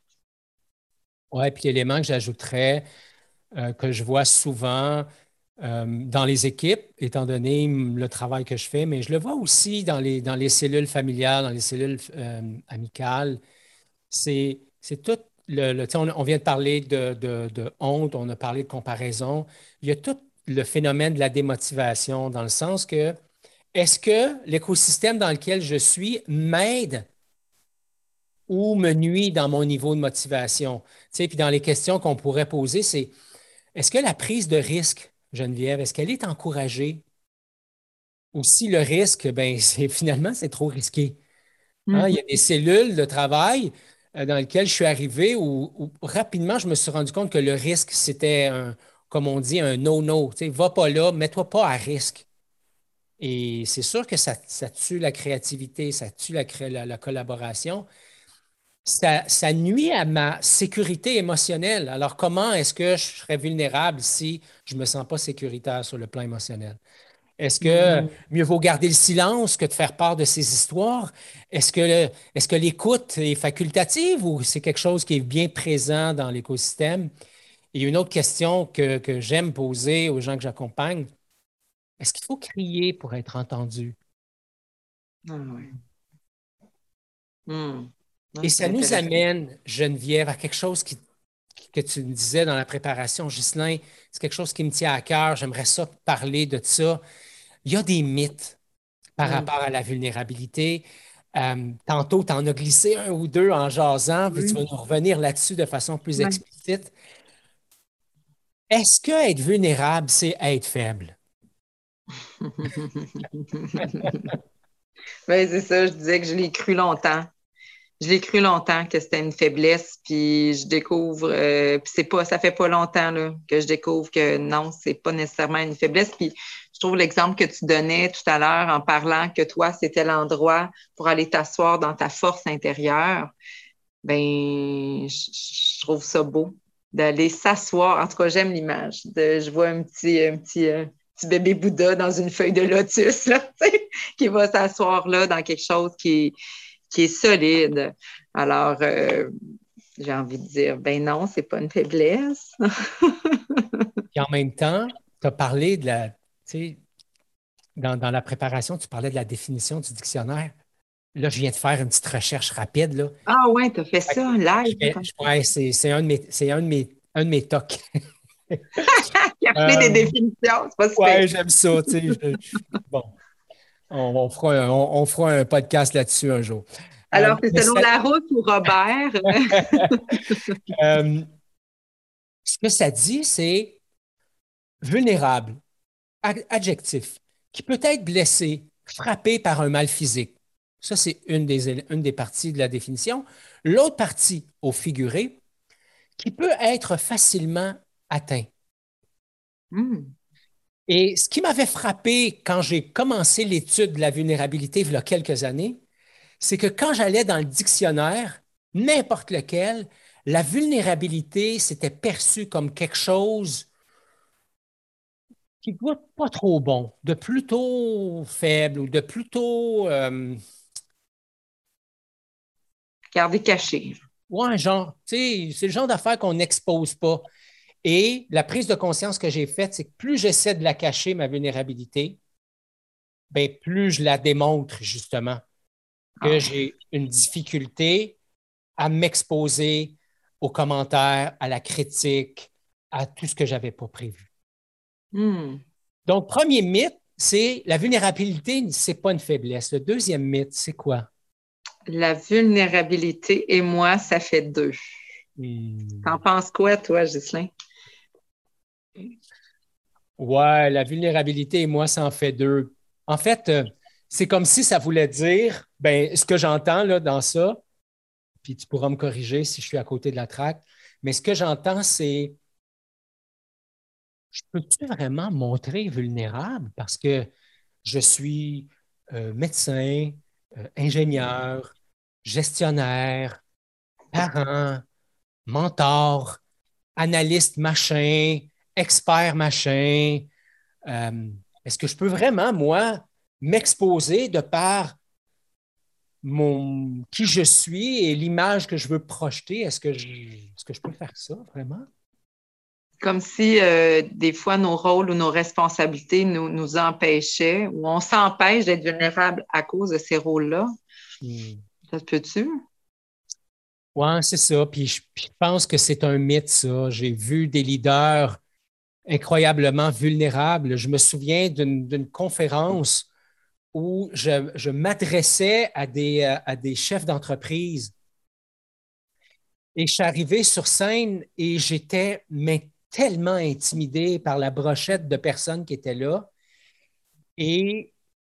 Oui, puis l'élément que j'ajouterais, euh, que je vois souvent euh, dans les équipes, étant donné le travail que je fais, mais je le vois aussi dans les, dans les cellules familiales, dans les cellules euh, amicales, c'est, c'est tout le, le- tu sais, on, on vient de parler de, de- de honte, on a parlé de comparaison. Il y a tout le phénomène de la démotivation dans le sens que est-ce que l'écosystème dans lequel je suis m'aide ou me nuit dans mon niveau de motivation? Tu sais, puis dans les questions qu'on pourrait poser, c'est est-ce que la prise de risque, Geneviève, est-ce qu'elle est encouragée? Ou si le risque, ben, c'est, finalement, c'est trop risqué. Hein, il y a des cellules de travail euh, dans lesquelles je suis arrivé où, où rapidement je me suis rendu compte que le risque, c'était un, comme on dit, un no-no. Tu sais, va pas là, mets-toi pas à risque. Et c'est sûr que ça, ça tue la créativité, ça tue la, cré- la- la collaboration. Ça, ça nuit à ma sécurité émotionnelle. Alors, comment est-ce que je serais vulnérable si je ne me sens pas sécuritaire sur le plan émotionnel? Est-ce que Mm-hmm. mieux vaut garder le silence que de faire part de ces histoires? Est-ce que, le- est-ce que l'écoute est facultative ou c'est quelque chose qui est bien présent dans l'écosystème? Et une autre question que, que j'aime poser aux gens que j'accompagne, est-ce qu'il faut crier pour être entendu? Ah, ouais. Mm. Et Ouais, c'est ça nous intéressant. amène, Geneviève, à quelque chose qui, que tu me disais dans la préparation, Ghislain, c'est quelque chose qui me tient à cœur, j'aimerais ça parler de ça. Il y a des mythes par Mm. rapport à la vulnérabilité. Euh, tantôt, tu en as glissé un ou deux en jasant, puis tu vas Oui. nous revenir là-dessus de façon plus Ouais. explicite. Est-ce que être vulnérable, c'est être faible? Oui, c'est ça, je disais que je l'ai cru longtemps. Je l'ai cru longtemps que c'était une faiblesse, puis je découvre, euh, puis c'est pas, ça fait pas longtemps là, que je découvre que non, c'est pas nécessairement une faiblesse. Puis je trouve l'exemple que tu donnais tout à l'heure en parlant que toi, c'était l'endroit pour aller t'asseoir dans ta force intérieure. Ben, je, je trouve ça beau d'aller s'asseoir. En tout cas, j'aime l'image. De, je vois un petit, un petit, euh, petit bébé Bouddha dans une feuille de lotus là, tu sais, qui va s'asseoir là dans quelque chose qui est qui est solide. Alors, euh, j'ai envie de dire, ben non, c'est pas une faiblesse. Et en même temps, tu as parlé de la, tu sais, dans, dans la préparation, tu parlais de la définition du dictionnaire. Là, je viens de faire une petite recherche rapide, là. Ah ouais, t'as fait Fait que ça je live fais- comme je- ça. ouais, c'est c'est un de mes, c'est un de mes, un de mes tocs. Chercher des Euh, définitions, c'est pas super. ouais, j'aime ça, tu sais. je- bon, on, on fera un, on, on fera un podcast là-dessus un jour. Euh, Alors, c'est mais selon ça- Larousse ou Robert. euh, ce que ça dit, c'est vulnérable, ad- adjectif, qui peut être blessé, frappé par un mal physique. Ça, c'est une des, éle- une des parties de la définition. L'autre partie, au figuré, qui peut être facilement atteint. Hmm. Et ce qui m'avait frappé quand j'ai commencé l'étude de la vulnérabilité il y a quelques années, c'est que quand j'allais dans le dictionnaire, n'importe lequel, la vulnérabilité, c'était perçu comme quelque chose qui doit pas trop bon, de plutôt faible ou de plutôt, euh, Garder caché. ouais, genre, tu sais, c'est le genre d'affaires qu'on n'expose pas. Et la prise de conscience que j'ai faite, c'est que plus j'essaie de la cacher, ma vulnérabilité, bien, plus je la démontre, justement, que Ah. j'ai une difficulté à m'exposer aux commentaires, à la critique, à tout ce que je n'avais pas prévu. Hmm. Donc, premier mythe, c'est la vulnérabilité, ce n'est pas une faiblesse. Le deuxième mythe, c'est quoi? La vulnérabilité et moi, ça fait deux. Hmm. T'en penses quoi, toi, Ghislain? Ouais, la vulnérabilité et moi, ça en fait deux. En fait, euh, c'est comme si ça voulait dire, ben, ce que j'entends là, dans ça, puis tu pourras me corriger si je suis à côté de la traque, mais ce que j'entends, c'est je peux-tu vraiment montrer vulnérable parce que je suis euh, médecin, euh, ingénieur, gestionnaire, parent, mentor, analyste machin, expert machin. Euh, est-ce que je peux vraiment, moi, m'exposer de par mon, qui je suis et l'image que je veux projeter? Est-ce que je, est-ce que je peux faire ça vraiment? Comme si euh, des fois nos rôles ou nos responsabilités nous, nous empêchaient ou on s'empêche d'être vulnérable à cause de ces rôles-là. Hmm. Ça se peut-tu? Oui, c'est ça. Puis je, puis je pense que c'est un mythe, ça. J'ai vu des leaders incroyablement vulnérables. Je me souviens d'une, d'une conférence où je, je m'adressais à des, à des chefs d'entreprise et je suis arrivé sur scène et j'étais mais, tellement intimidé par la brochette de personnes qui étaient là. Et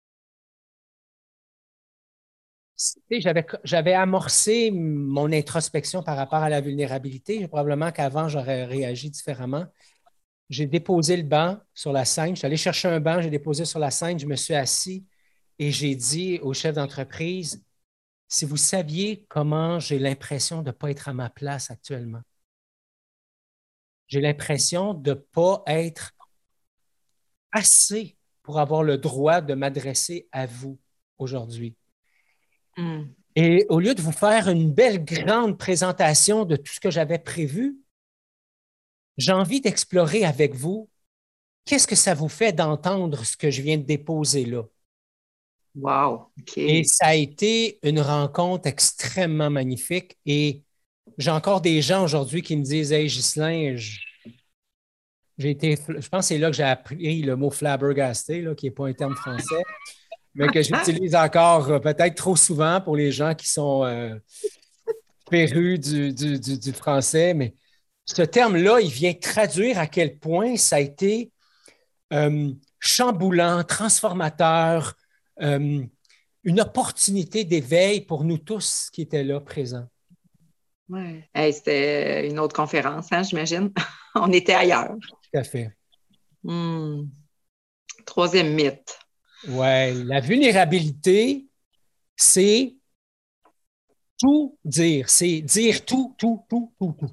j'avais, j'avais amorcé mon introspection par rapport à la vulnérabilité. Probablement qu'avant, j'aurais réagi différemment. J'ai déposé le banc sur la scène. Je suis allé chercher un banc, j'ai déposé sur la scène, je me suis assis et j'ai dit au chef d'entreprise, si vous saviez comment j'ai l'impression de ne pas être à ma place actuellement. J'ai l'impression de ne pas être assez pour avoir le droit de m'adresser à vous aujourd'hui. Mm. Et au lieu de vous faire une belle grande présentation de tout ce que j'avais prévu, j'ai envie d'explorer avec vous qu'est-ce que ça vous fait d'entendre ce que je viens de déposer là. Wow, OK. Et ça a été une rencontre extrêmement magnifique. Et j'ai encore des gens aujourd'hui qui me disent, hey, Ghislain, j'ai été, je pense que c'est là que j'ai appris le mot flabbergasté, là, qui n'est pas un terme français, mais que j'utilise encore euh, peut-être trop souvent pour les gens qui sont euh, férus du, du, du, du français. Mais ce terme-là, il vient traduire à quel point ça a été euh, chamboulant, transformateur, euh, une opportunité d'éveil pour nous tous qui étaient là présents. Ouais. Hey, c'était une autre conférence, hein, j'imagine. On était ailleurs. Tout à fait. Hmm. Troisième mythe. Oui, la vulnérabilité, c'est tout dire. C'est dire tout, tout, tout, tout, tout.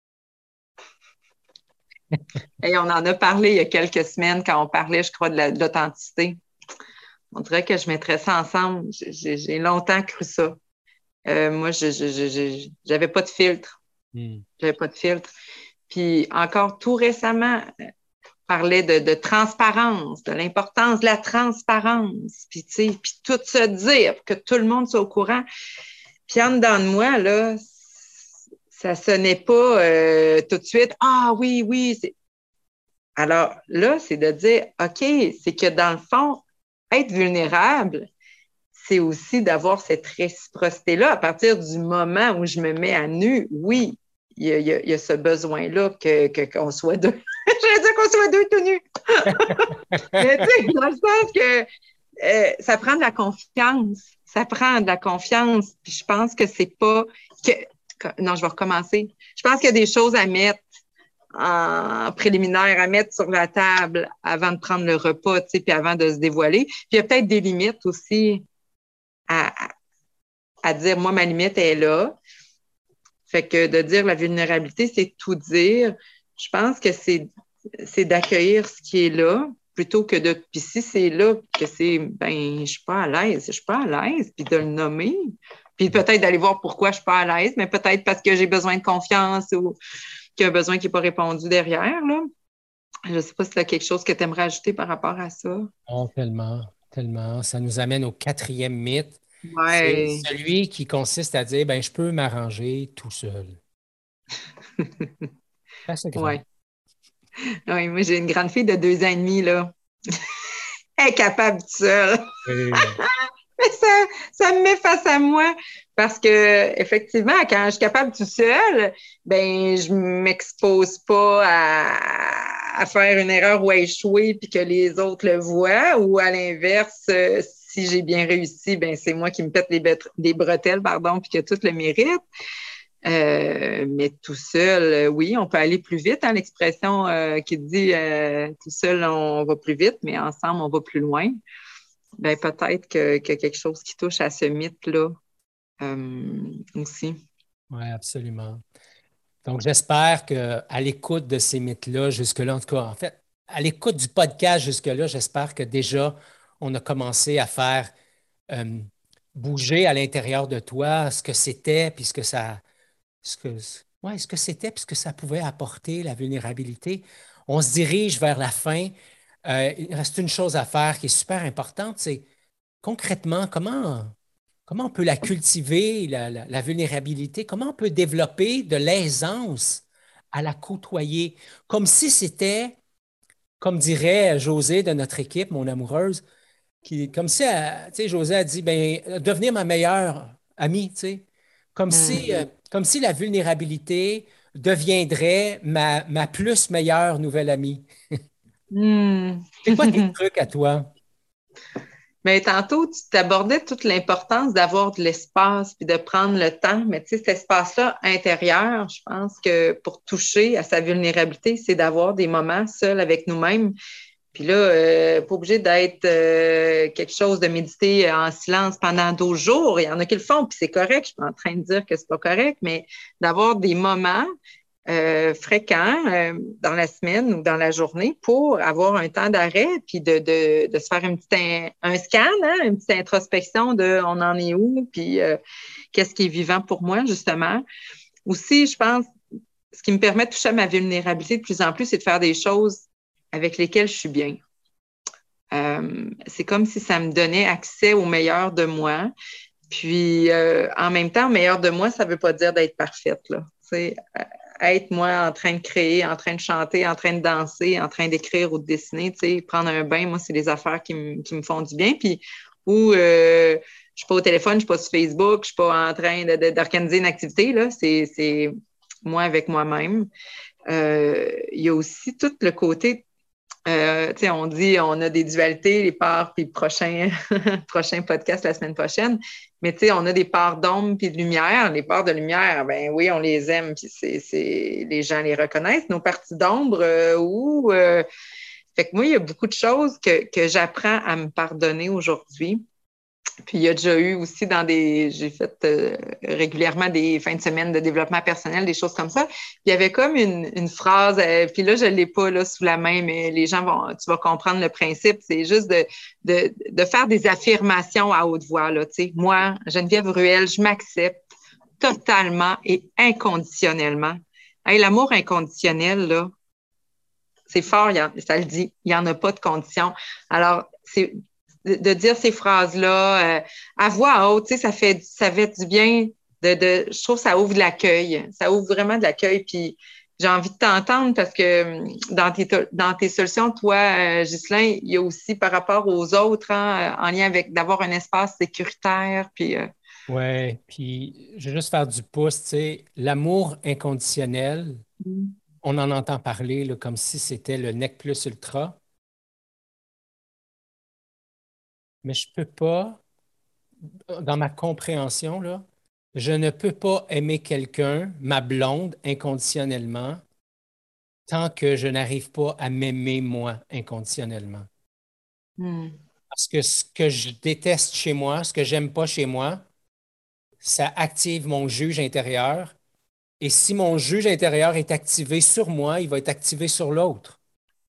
Et on en a parlé il y a quelques semaines quand on parlait, je crois, de, la, de l'authenticité. On dirait que je mettrais ça ensemble. J'ai, j'ai longtemps cru ça. Euh, moi, je, je, je, je, j'avais pas de filtre. Mm. J'avais pas de filtre. Puis encore tout récemment, on parlait de, de transparence, de l'importance de la transparence. Puis, tu sais, puis tout se dire, que tout le monde soit au courant. Puis en dedans de moi, là, ça sonnait pas euh, tout de suite. Ah oui, oui. C'est... Alors là, c'est de dire, OK, c'est que dans le fond, être vulnérable, c'est aussi d'avoir cette réciprocité-là. À partir du moment où je me mets à nu, oui, il y a, il y a, il y a ce besoin-là que, que, qu'on soit deux. J'allais dire qu'on soit deux tout nus. Mais tu sais, dans le sens que euh, ça prend de la confiance. Ça prend de la confiance. Puis je pense que c'est pas que. Non, je vais recommencer. Je pense qu'il y a des choses à mettre en préliminaire, à mettre sur la table avant de prendre le repas, tu sais, puis avant de se dévoiler. Puis il y a peut-être des limites aussi à, à, à dire, moi, ma limite est là. Fait que de dire la vulnérabilité, c'est tout dire. Je pense que c'est, c'est d'accueillir ce qui est là plutôt que de... Puis si c'est là que c'est, ben, je suis pas à l'aise, je suis pas à l'aise, puis de le nommer. Puis peut-être d'aller voir pourquoi je suis pas à l'aise, mais peut-être parce que j'ai besoin de confiance ou... qu'il y a un besoin qui n'est pas répondu derrière, là. Je ne sais pas si tu as quelque chose que tu aimerais ajouter par rapport à ça. Oh, tellement, tellement. Ça nous amène au quatrième mythe. C'est Ouais. celui qui consiste à dire, ben, je peux m'arranger tout seul. C'est assez grave. Ouais. Oui, moi, j'ai une grande fille de deux ans et demi, là. Elle est capable toute seule. Oui. Mais ça, ça me met face à moi parce que effectivement, quand je suis capable tout seul, ben je m'expose pas à, à faire une erreur ou à échouer puis que les autres le voient, ou à l'inverse, euh, si j'ai bien réussi, ben c'est moi qui me pète les, bet- les bretelles, pardon, puis que tout le mérite. Euh, mais tout seul, euh, oui, on peut aller plus vite, hein, l'expression euh, qui dit euh, tout seul, on va plus vite, mais ensemble, on va plus loin. Ben, peut-être que, que quelque chose qui touche à ce mythe-là euh, aussi. Oui, absolument. Donc, j'espère qu'à l'écoute de ces mythes-là, jusque-là, en tout cas, en fait, à l'écoute du podcast jusque-là, j'espère que déjà, on a commencé à faire euh, bouger à l'intérieur de toi ce que c'était, puis ce que ça, ce que, ouais, ce que c'était, puis ce que ça pouvait apporter, la vulnérabilité. On se dirige vers la fin. Euh, il reste une chose à faire qui est super importante, c'est concrètement, comment, comment on peut la cultiver, la, la- la vulnérabilité, comment on peut développer de l'aisance à la côtoyer, comme si c'était, comme dirait José de notre équipe, mon amoureuse, qui, comme si, elle- tu sais, José a dit, ben, devenir ma meilleure amie, tu sais, comme si, euh, Mhm. comme si la vulnérabilité deviendrait ma, ma plus meilleure nouvelle amie. Hmm. C'est quoi tes trucs à toi? Mais tantôt, tu t'abordais toute l'importance d'avoir de l'espace puis de prendre le temps. Mais tu sais, cet espace-là intérieur, je pense que pour toucher à sa vulnérabilité, c'est d'avoir des moments seuls avec nous-mêmes. Puis là, euh, pas obligé d'être euh, quelque chose de méditer en silence pendant douze jours. Il y en a qui le font, puis c'est correct. Je suis pas en train de dire que c'est pas correct, mais d'avoir des moments euh, fréquents euh, dans la semaine ou dans la journée pour avoir un temps d'arrêt, puis de, de, de se faire une petite in- un scan, hein, une petite introspection de on en est où, puis euh, qu'est-ce qui est vivant pour moi, justement. Aussi, je pense, ce qui me permet de toucher à ma vulnérabilité de plus en plus, c'est de faire des choses avec lesquelles je suis bien. Euh, c'est comme si ça me donnait accès au meilleur de moi. Puis, euh, en même temps, meilleur de moi, ça ne veut pas dire d'être parfaite, là. C'est être moi en train de créer, en train de chanter, en train de danser, en train d'écrire ou de dessiner, tu sais, prendre un bain, moi, c'est des affaires qui, me, qui me font du bien. Puis, où euh, je ne suis pas au téléphone, je ne suis pas sur Facebook, je ne suis pas en train de, de, d'organiser une activité, là. C'est, c'est moi avec moi-même. Euh, il y a aussi tout le côté euh, tu sais, on dit on a des dualités, les parts, puis le prochain, prochain podcast la semaine prochaine. Mais tu sais, on a des parts d'ombre puis de lumière. Les parts de lumière, ben oui, on les aime, puis c'est, c'est, les gens les reconnaissent. Nos parties d'ombre, euh, ou euh, fait que moi, il y a beaucoup de choses que, que j'apprends à me pardonner aujourd'hui. Puis il y a déjà eu aussi dans des. J'ai fait euh, régulièrement des fins de semaine de développement personnel, des choses comme ça. Puis il y avait comme une, une phrase, euh, puis là, je ne l'ai pas là, sous la main, mais les gens vont, tu vas comprendre le principe. C'est juste de, de, de faire des affirmations à haute voix. Là, tu sais. Moi, Geneviève Ruel, je m'accepte totalement et inconditionnellement. Hey, l'amour inconditionnel, là, c'est fort, il y en- ça le dit, il n'y en a pas de conditions. Alors, c'est de, de dire ces phrases-là euh, à voix haute, tu sais, ça fait, ça fait du bien. De, de, je trouve que ça ouvre de l'accueil. Ça ouvre vraiment de l'accueil. Puis j'ai envie de t'entendre parce que hum, dans tes, dans tes solutions, toi, euh, Ghislain, il y a aussi par rapport aux autres, hein, en lien avec d'avoir un espace sécuritaire. Puis, euh, Ouais, puis je vais juste faire du pouce, tu sais, l'amour inconditionnel, on en entend parler là, comme si c'était le nec plus ultra, mais je peux pas, dans ma compréhension, là, je ne peux pas aimer quelqu'un, ma blonde, inconditionnellement, tant que je n'arrive pas à m'aimer moi inconditionnellement. hmm. Parce que ce que je déteste chez moi, ce que j'aime pas chez moi, ça active mon juge intérieur. Et si mon juge intérieur est activé sur moi, il va être activé sur l'autre.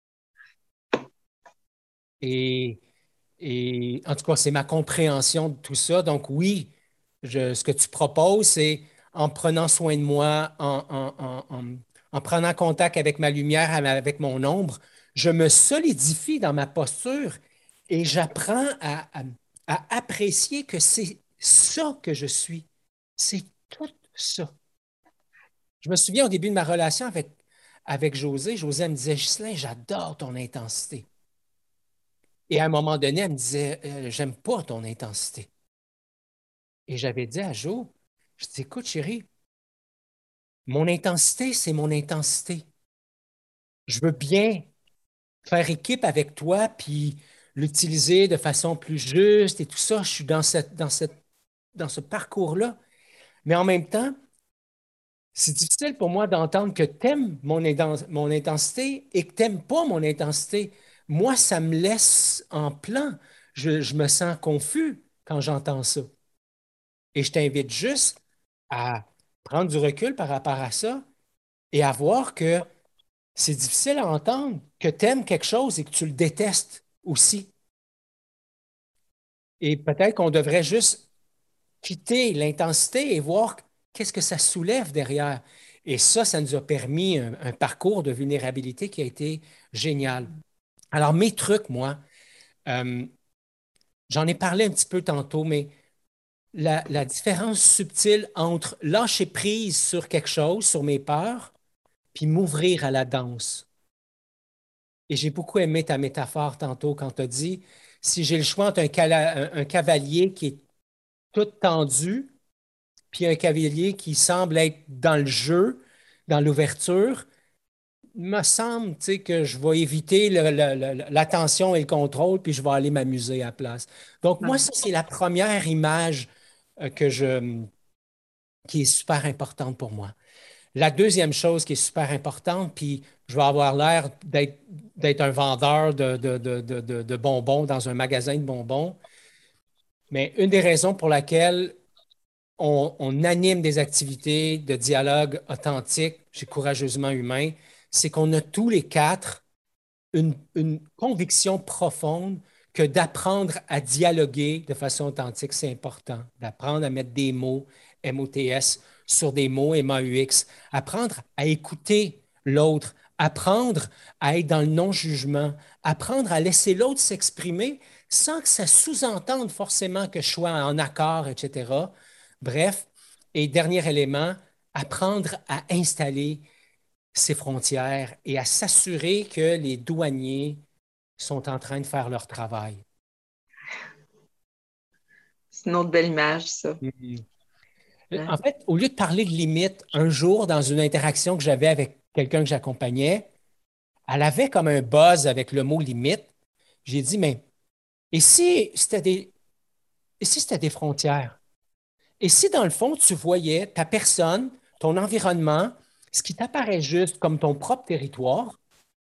Et, et en tout cas, c'est ma compréhension de tout ça. Donc oui, je- ce que tu proposes, c'est en prenant soin de moi, en, en- en- en- en prenant contact avec ma lumière, avec mon ombre, je me solidifie dans ma posture et j'apprends à, à- à apprécier que c'est ça que je suis. C'est tout ça. Je me souviens au début de ma relation avec, avec José, José elle me disait, Ghislain, j'adore ton intensité. Et à un moment donné, elle me disait, Euh, j'aime pas ton intensité. Et j'avais dit à Jo, je dis, écoute, chérie, mon intensité, c'est mon intensité. Je veux bien faire équipe avec toi, puis l'utiliser de façon plus juste et tout ça. Je suis dans cette, dans cette, dans ce parcours-là. Mais en même temps, c'est difficile pour moi d'entendre que tu aimes mon, mon intensité et que tu n'aimes pas mon intensité. Moi, ça me laisse en plan. Je, je me sens confus quand j'entends ça. Et je t'invite juste à prendre du recul par rapport à ça et à voir que c'est difficile à entendre que tu aimes quelque chose et que tu le détestes aussi. Et peut-être qu'on devrait juste quitter l'intensité et voir qu'est-ce que ça soulève derrière. Et ça, ça nous a permis un, un parcours de vulnérabilité qui a été génial. Alors, mes trucs, moi, euh, j'en ai parlé un petit peu tantôt, mais la, la différence subtile entre lâcher prise sur quelque chose, sur mes peurs, puis m'ouvrir à la danse. Et j'ai beaucoup aimé ta métaphore tantôt quand tu as dit, si j'ai le choix entre un, cala- un- un cavalier qui est tout tendu, puis un cavalier qui semble être dans le jeu, dans l'ouverture, il me semble, tu sais, que je vais éviter le- le- le- l'attention et le contrôle, puis je vais aller m'amuser à la place. Donc, moi, ça, c'est la première image euh, que je, qui est super importante pour moi. La deuxième chose qui est super importante, puis je vais avoir l'air d'être d'être un vendeur de, de, de, de, de- de bonbons dans un magasin de bonbons, mais une des raisons pour laquelle on, on anime des activités de dialogue authentique chez Courageusement Humain, c'est qu'on a tous les quatre une, une conviction profonde que d'apprendre à dialoguer de façon authentique, c'est important. D'apprendre à mettre des mots, M O T S, sur des mots, M A U X. Apprendre à écouter l'autre. Apprendre à être dans le non-jugement. Apprendre à laisser l'autre s'exprimer sans que ça sous-entende forcément que je sois en accord, et cetera. Bref, et dernier élément, apprendre à installer ses frontières et à s'assurer que les douaniers sont en train de faire leur travail. C'est une autre belle image, ça. Mhm. Hein? En fait, au lieu de parler de limites, un jour, dans une interaction que j'avais avec quelqu'un que j'accompagnais, elle avait comme un buzz avec le mot limite. J'ai dit, mais et si c'était des, et si c'était des frontières? Et si, dans le fond, tu voyais ta personne, ton environnement, ce qui t'apparaît juste comme ton propre territoire,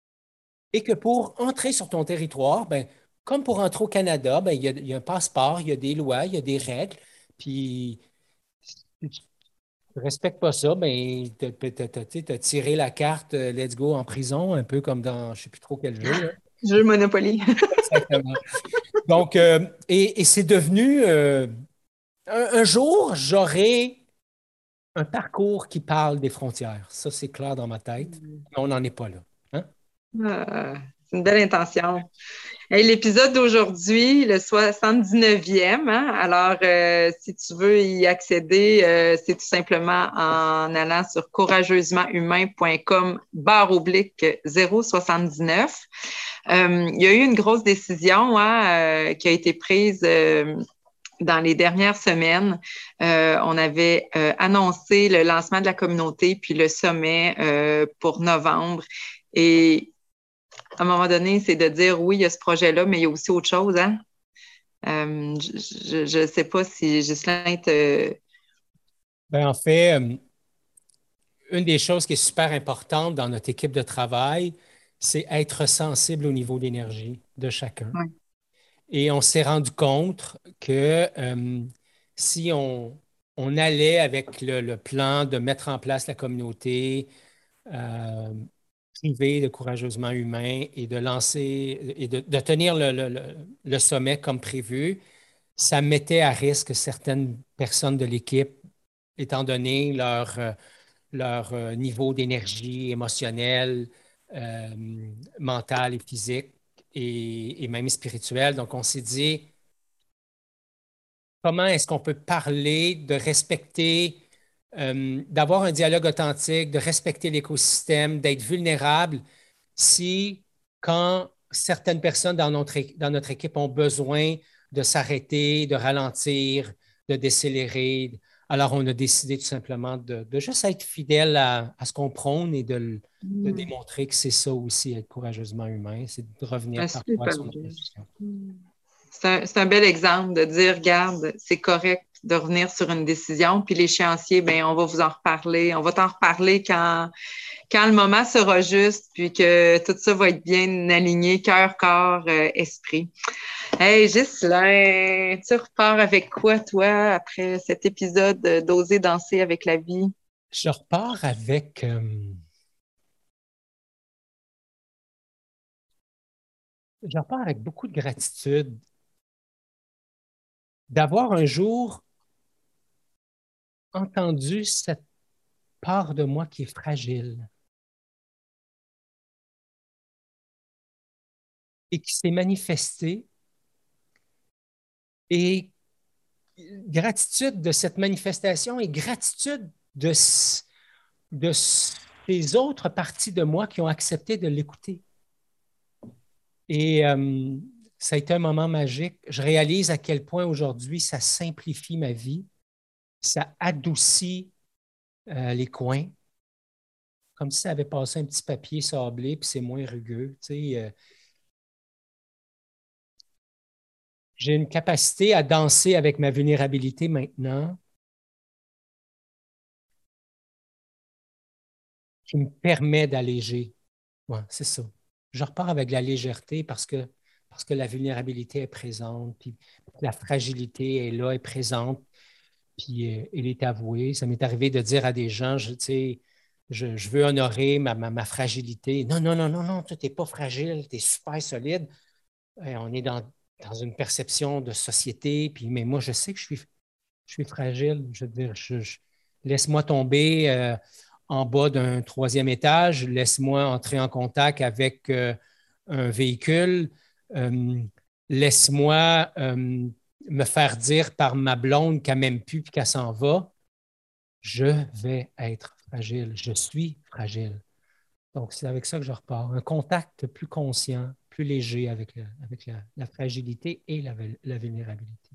et que pour entrer sur ton territoire, ben, comme pour entrer au Canada, ben, il y a, il y a un passeport, il y a des lois, il y a des règles, puis si tu ne respectes pas ça, ben, tu as tiré la carte euh, Let's go en prison, un peu comme dans je ne sais plus trop quel jeu, là. Jeu Monopoly. Exactement. Donc, euh, et, et c'est devenu, euh, un, un jour, j'aurai un parcours qui parle des frontières. Ça, c'est clair dans ma tête, mais on n'en est pas là. Hein? Ah, c'est une belle intention. Hey, l'épisode d'aujourd'hui, le soixante-dix-neuvième, hein? Alors, euh, si tu veux y accéder, euh, c'est tout simplement en allant sur courageusementhumain.com barre oblique zéro soixante-dix-neuf. Euh, il y a eu une grosse décision hein, euh, qui a été prise euh, dans les dernières semaines. Euh, on avait euh, annoncé le lancement de la communauté puis le sommet euh, pour novembre. Et à un moment donné, c'est de dire oui, il y a ce projet-là, mais il y a aussi autre chose. Hein? Euh, je ne sais pas si Ghislain te... Ben, en fait, euh, une des choses qui est super importante dans notre équipe de travail, c'est être sensible au niveau d'énergie de chacun. Ouais. Et on s'est rendu compte que euh, si on, on allait avec le, le plan de mettre en place la communauté euh, privée de Courageusement Humain et de lancer et de, de tenir le, le- le- le sommet comme prévu, ça mettait à risque certaines personnes de l'équipe, étant donné leur, euh, leur euh, niveau d'énergie émotionnelle, euh, mentale et physique et, et même spirituelle. Donc, on s'est dit, comment est-ce qu'on peut parler de respecter, euh, d'avoir un dialogue authentique, de respecter l'écosystème, d'être vulnérable si, quand certaines personnes dans notre, é- dans notre équipe ont besoin de s'arrêter, de ralentir, de décélérer, alors on a décidé tout simplement de, de juste être fidèle à, à ce qu'on prône et de, le- de Mm. démontrer que c'est ça aussi, être courageusement humain, c'est de revenir Ah, parfois super sur notre bien. position. Mm. C'est un, c'est un bel exemple de dire, regarde, c'est correct de revenir sur une décision, puis l'échéancier, ben, on va vous en reparler. On va t'en reparler quand, quand le moment sera juste, puis que tout ça va être bien aligné, cœur, corps, euh, esprit. Hey, Ghislain, tu repars avec quoi, toi, après cet épisode d'Oser danser avec la vie? Je repars avec... euh, je repars avec beaucoup de gratitude d'avoir un jour entendu cette part de moi qui est fragile et qui s'est manifestée. Et gratitude de cette manifestation et gratitude de, de ces autres parties de moi qui ont accepté de l'écouter. Et euh, ça a été un moment magique. Je réalise à quel point aujourd'hui ça simplifie ma vie, ça adoucit euh, les coins, comme si ça avait passé un petit papier sablé, puis c'est moins rugueux. Tu sais, euh, j'ai une capacité à danser avec ma vulnérabilité maintenant qui me permet d'alléger. Ouais, c'est ça. Je repars avec la légèreté parce que, parce que la vulnérabilité est présente, puis la fragilité est là, est présente, puis euh, elle est avouée. Ça m'est arrivé de dire à des gens, je, tu sais, je, je veux honorer ma, ma, ma fragilité. Non, non, non, non, non, tu n'es pas fragile, tu es super solide. Et on est dans, dans une perception de société, puis, mais moi, je sais que je suis, je suis fragile. Je veux dire, je, je- laisse-moi tomber euh, en bas d'un troisième étage, laisse-moi entrer en contact avec euh, un véhicule, euh, laisse-moi euh, me faire dire par ma blonde qu'elle m'aime plus et qu'elle s'en va. Je vais être fragile. Je suis fragile. Donc, c'est avec ça que je repars. Un contact plus conscient, plus léger avec, le- avec la, la fragilité et la, la vulnérabilité.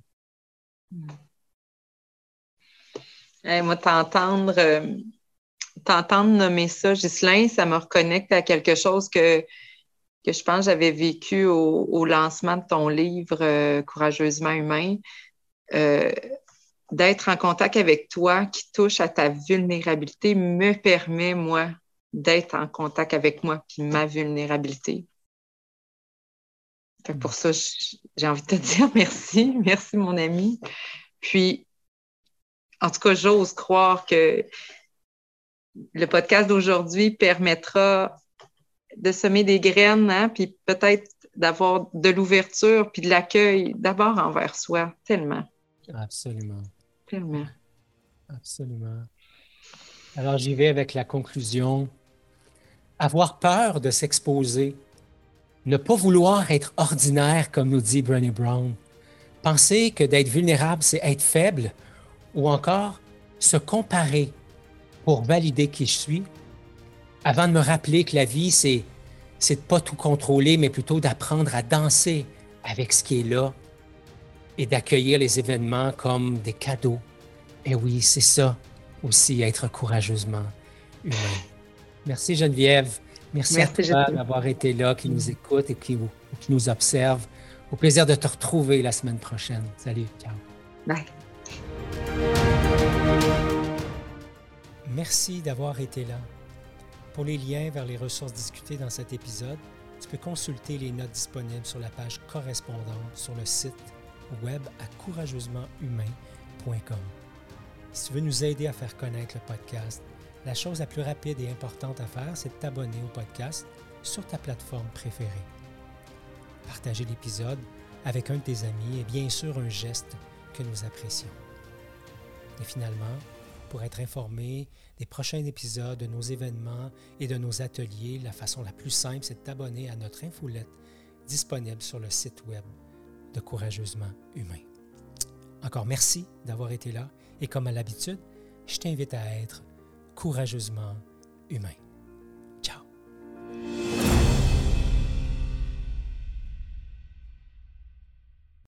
Hey, moi, t'entendre, euh, t'entendre nommer ça, Ghislain, ça me reconnecte à quelque chose que, que je pense que j'avais vécu au, au lancement de ton livre euh, Courageusement humain. Euh, d'être en contact avec toi qui touche à ta vulnérabilité me permet, moi, d'être en contact avec moi puis ma vulnérabilité. Fait que pour ça, j'ai envie de te dire merci. Merci, mon ami. Puis, en tout cas, j'ose croire que le podcast d'aujourd'hui permettra de semer des graines, hein, puis peut-être d'avoir de l'ouverture puis de l'accueil d'abord envers soi. Tellement, Absolument. tellement. Absolument. Alors, j'y vais avec la conclusion. Avoir peur de s'exposer, ne pas vouloir être ordinaire, comme nous dit Brené Brown, penser que d'être vulnérable, c'est être faible, ou encore se comparer pour valider qui je suis, avant de me rappeler que la vie, c'est, c'est de ne pas tout contrôler, mais plutôt d'apprendre à danser avec ce qui est là et d'accueillir les événements comme des cadeaux. Et oui, c'est ça aussi, être courageusement humain. Merci Geneviève. Merci à Merci, toi Justine. d'avoir été là, qui nous écoute et qui, qui nous observe. Au plaisir de te retrouver la semaine prochaine. Salut, ciao. Bye. Merci d'avoir été là. Pour les liens vers les ressources discutées dans cet épisode, tu peux consulter les notes disponibles sur la page correspondante sur le site web à courageusement humain point com. Si tu veux nous aider à faire connaître le podcast, la chose la plus rapide et importante à faire, c'est de t'abonner au podcast sur ta plateforme préférée. Partager l'épisode avec un de tes amis est bien sûr un geste que nous apprécions. Et finalement, pour être informé des prochains épisodes, de nos événements et de nos ateliers. La façon la plus simple, c'est de t'abonner à notre infolette disponible sur le site web de Courageusement Humain. Encore merci d'avoir été là et comme à l'habitude, je t'invite à être courageusement humain.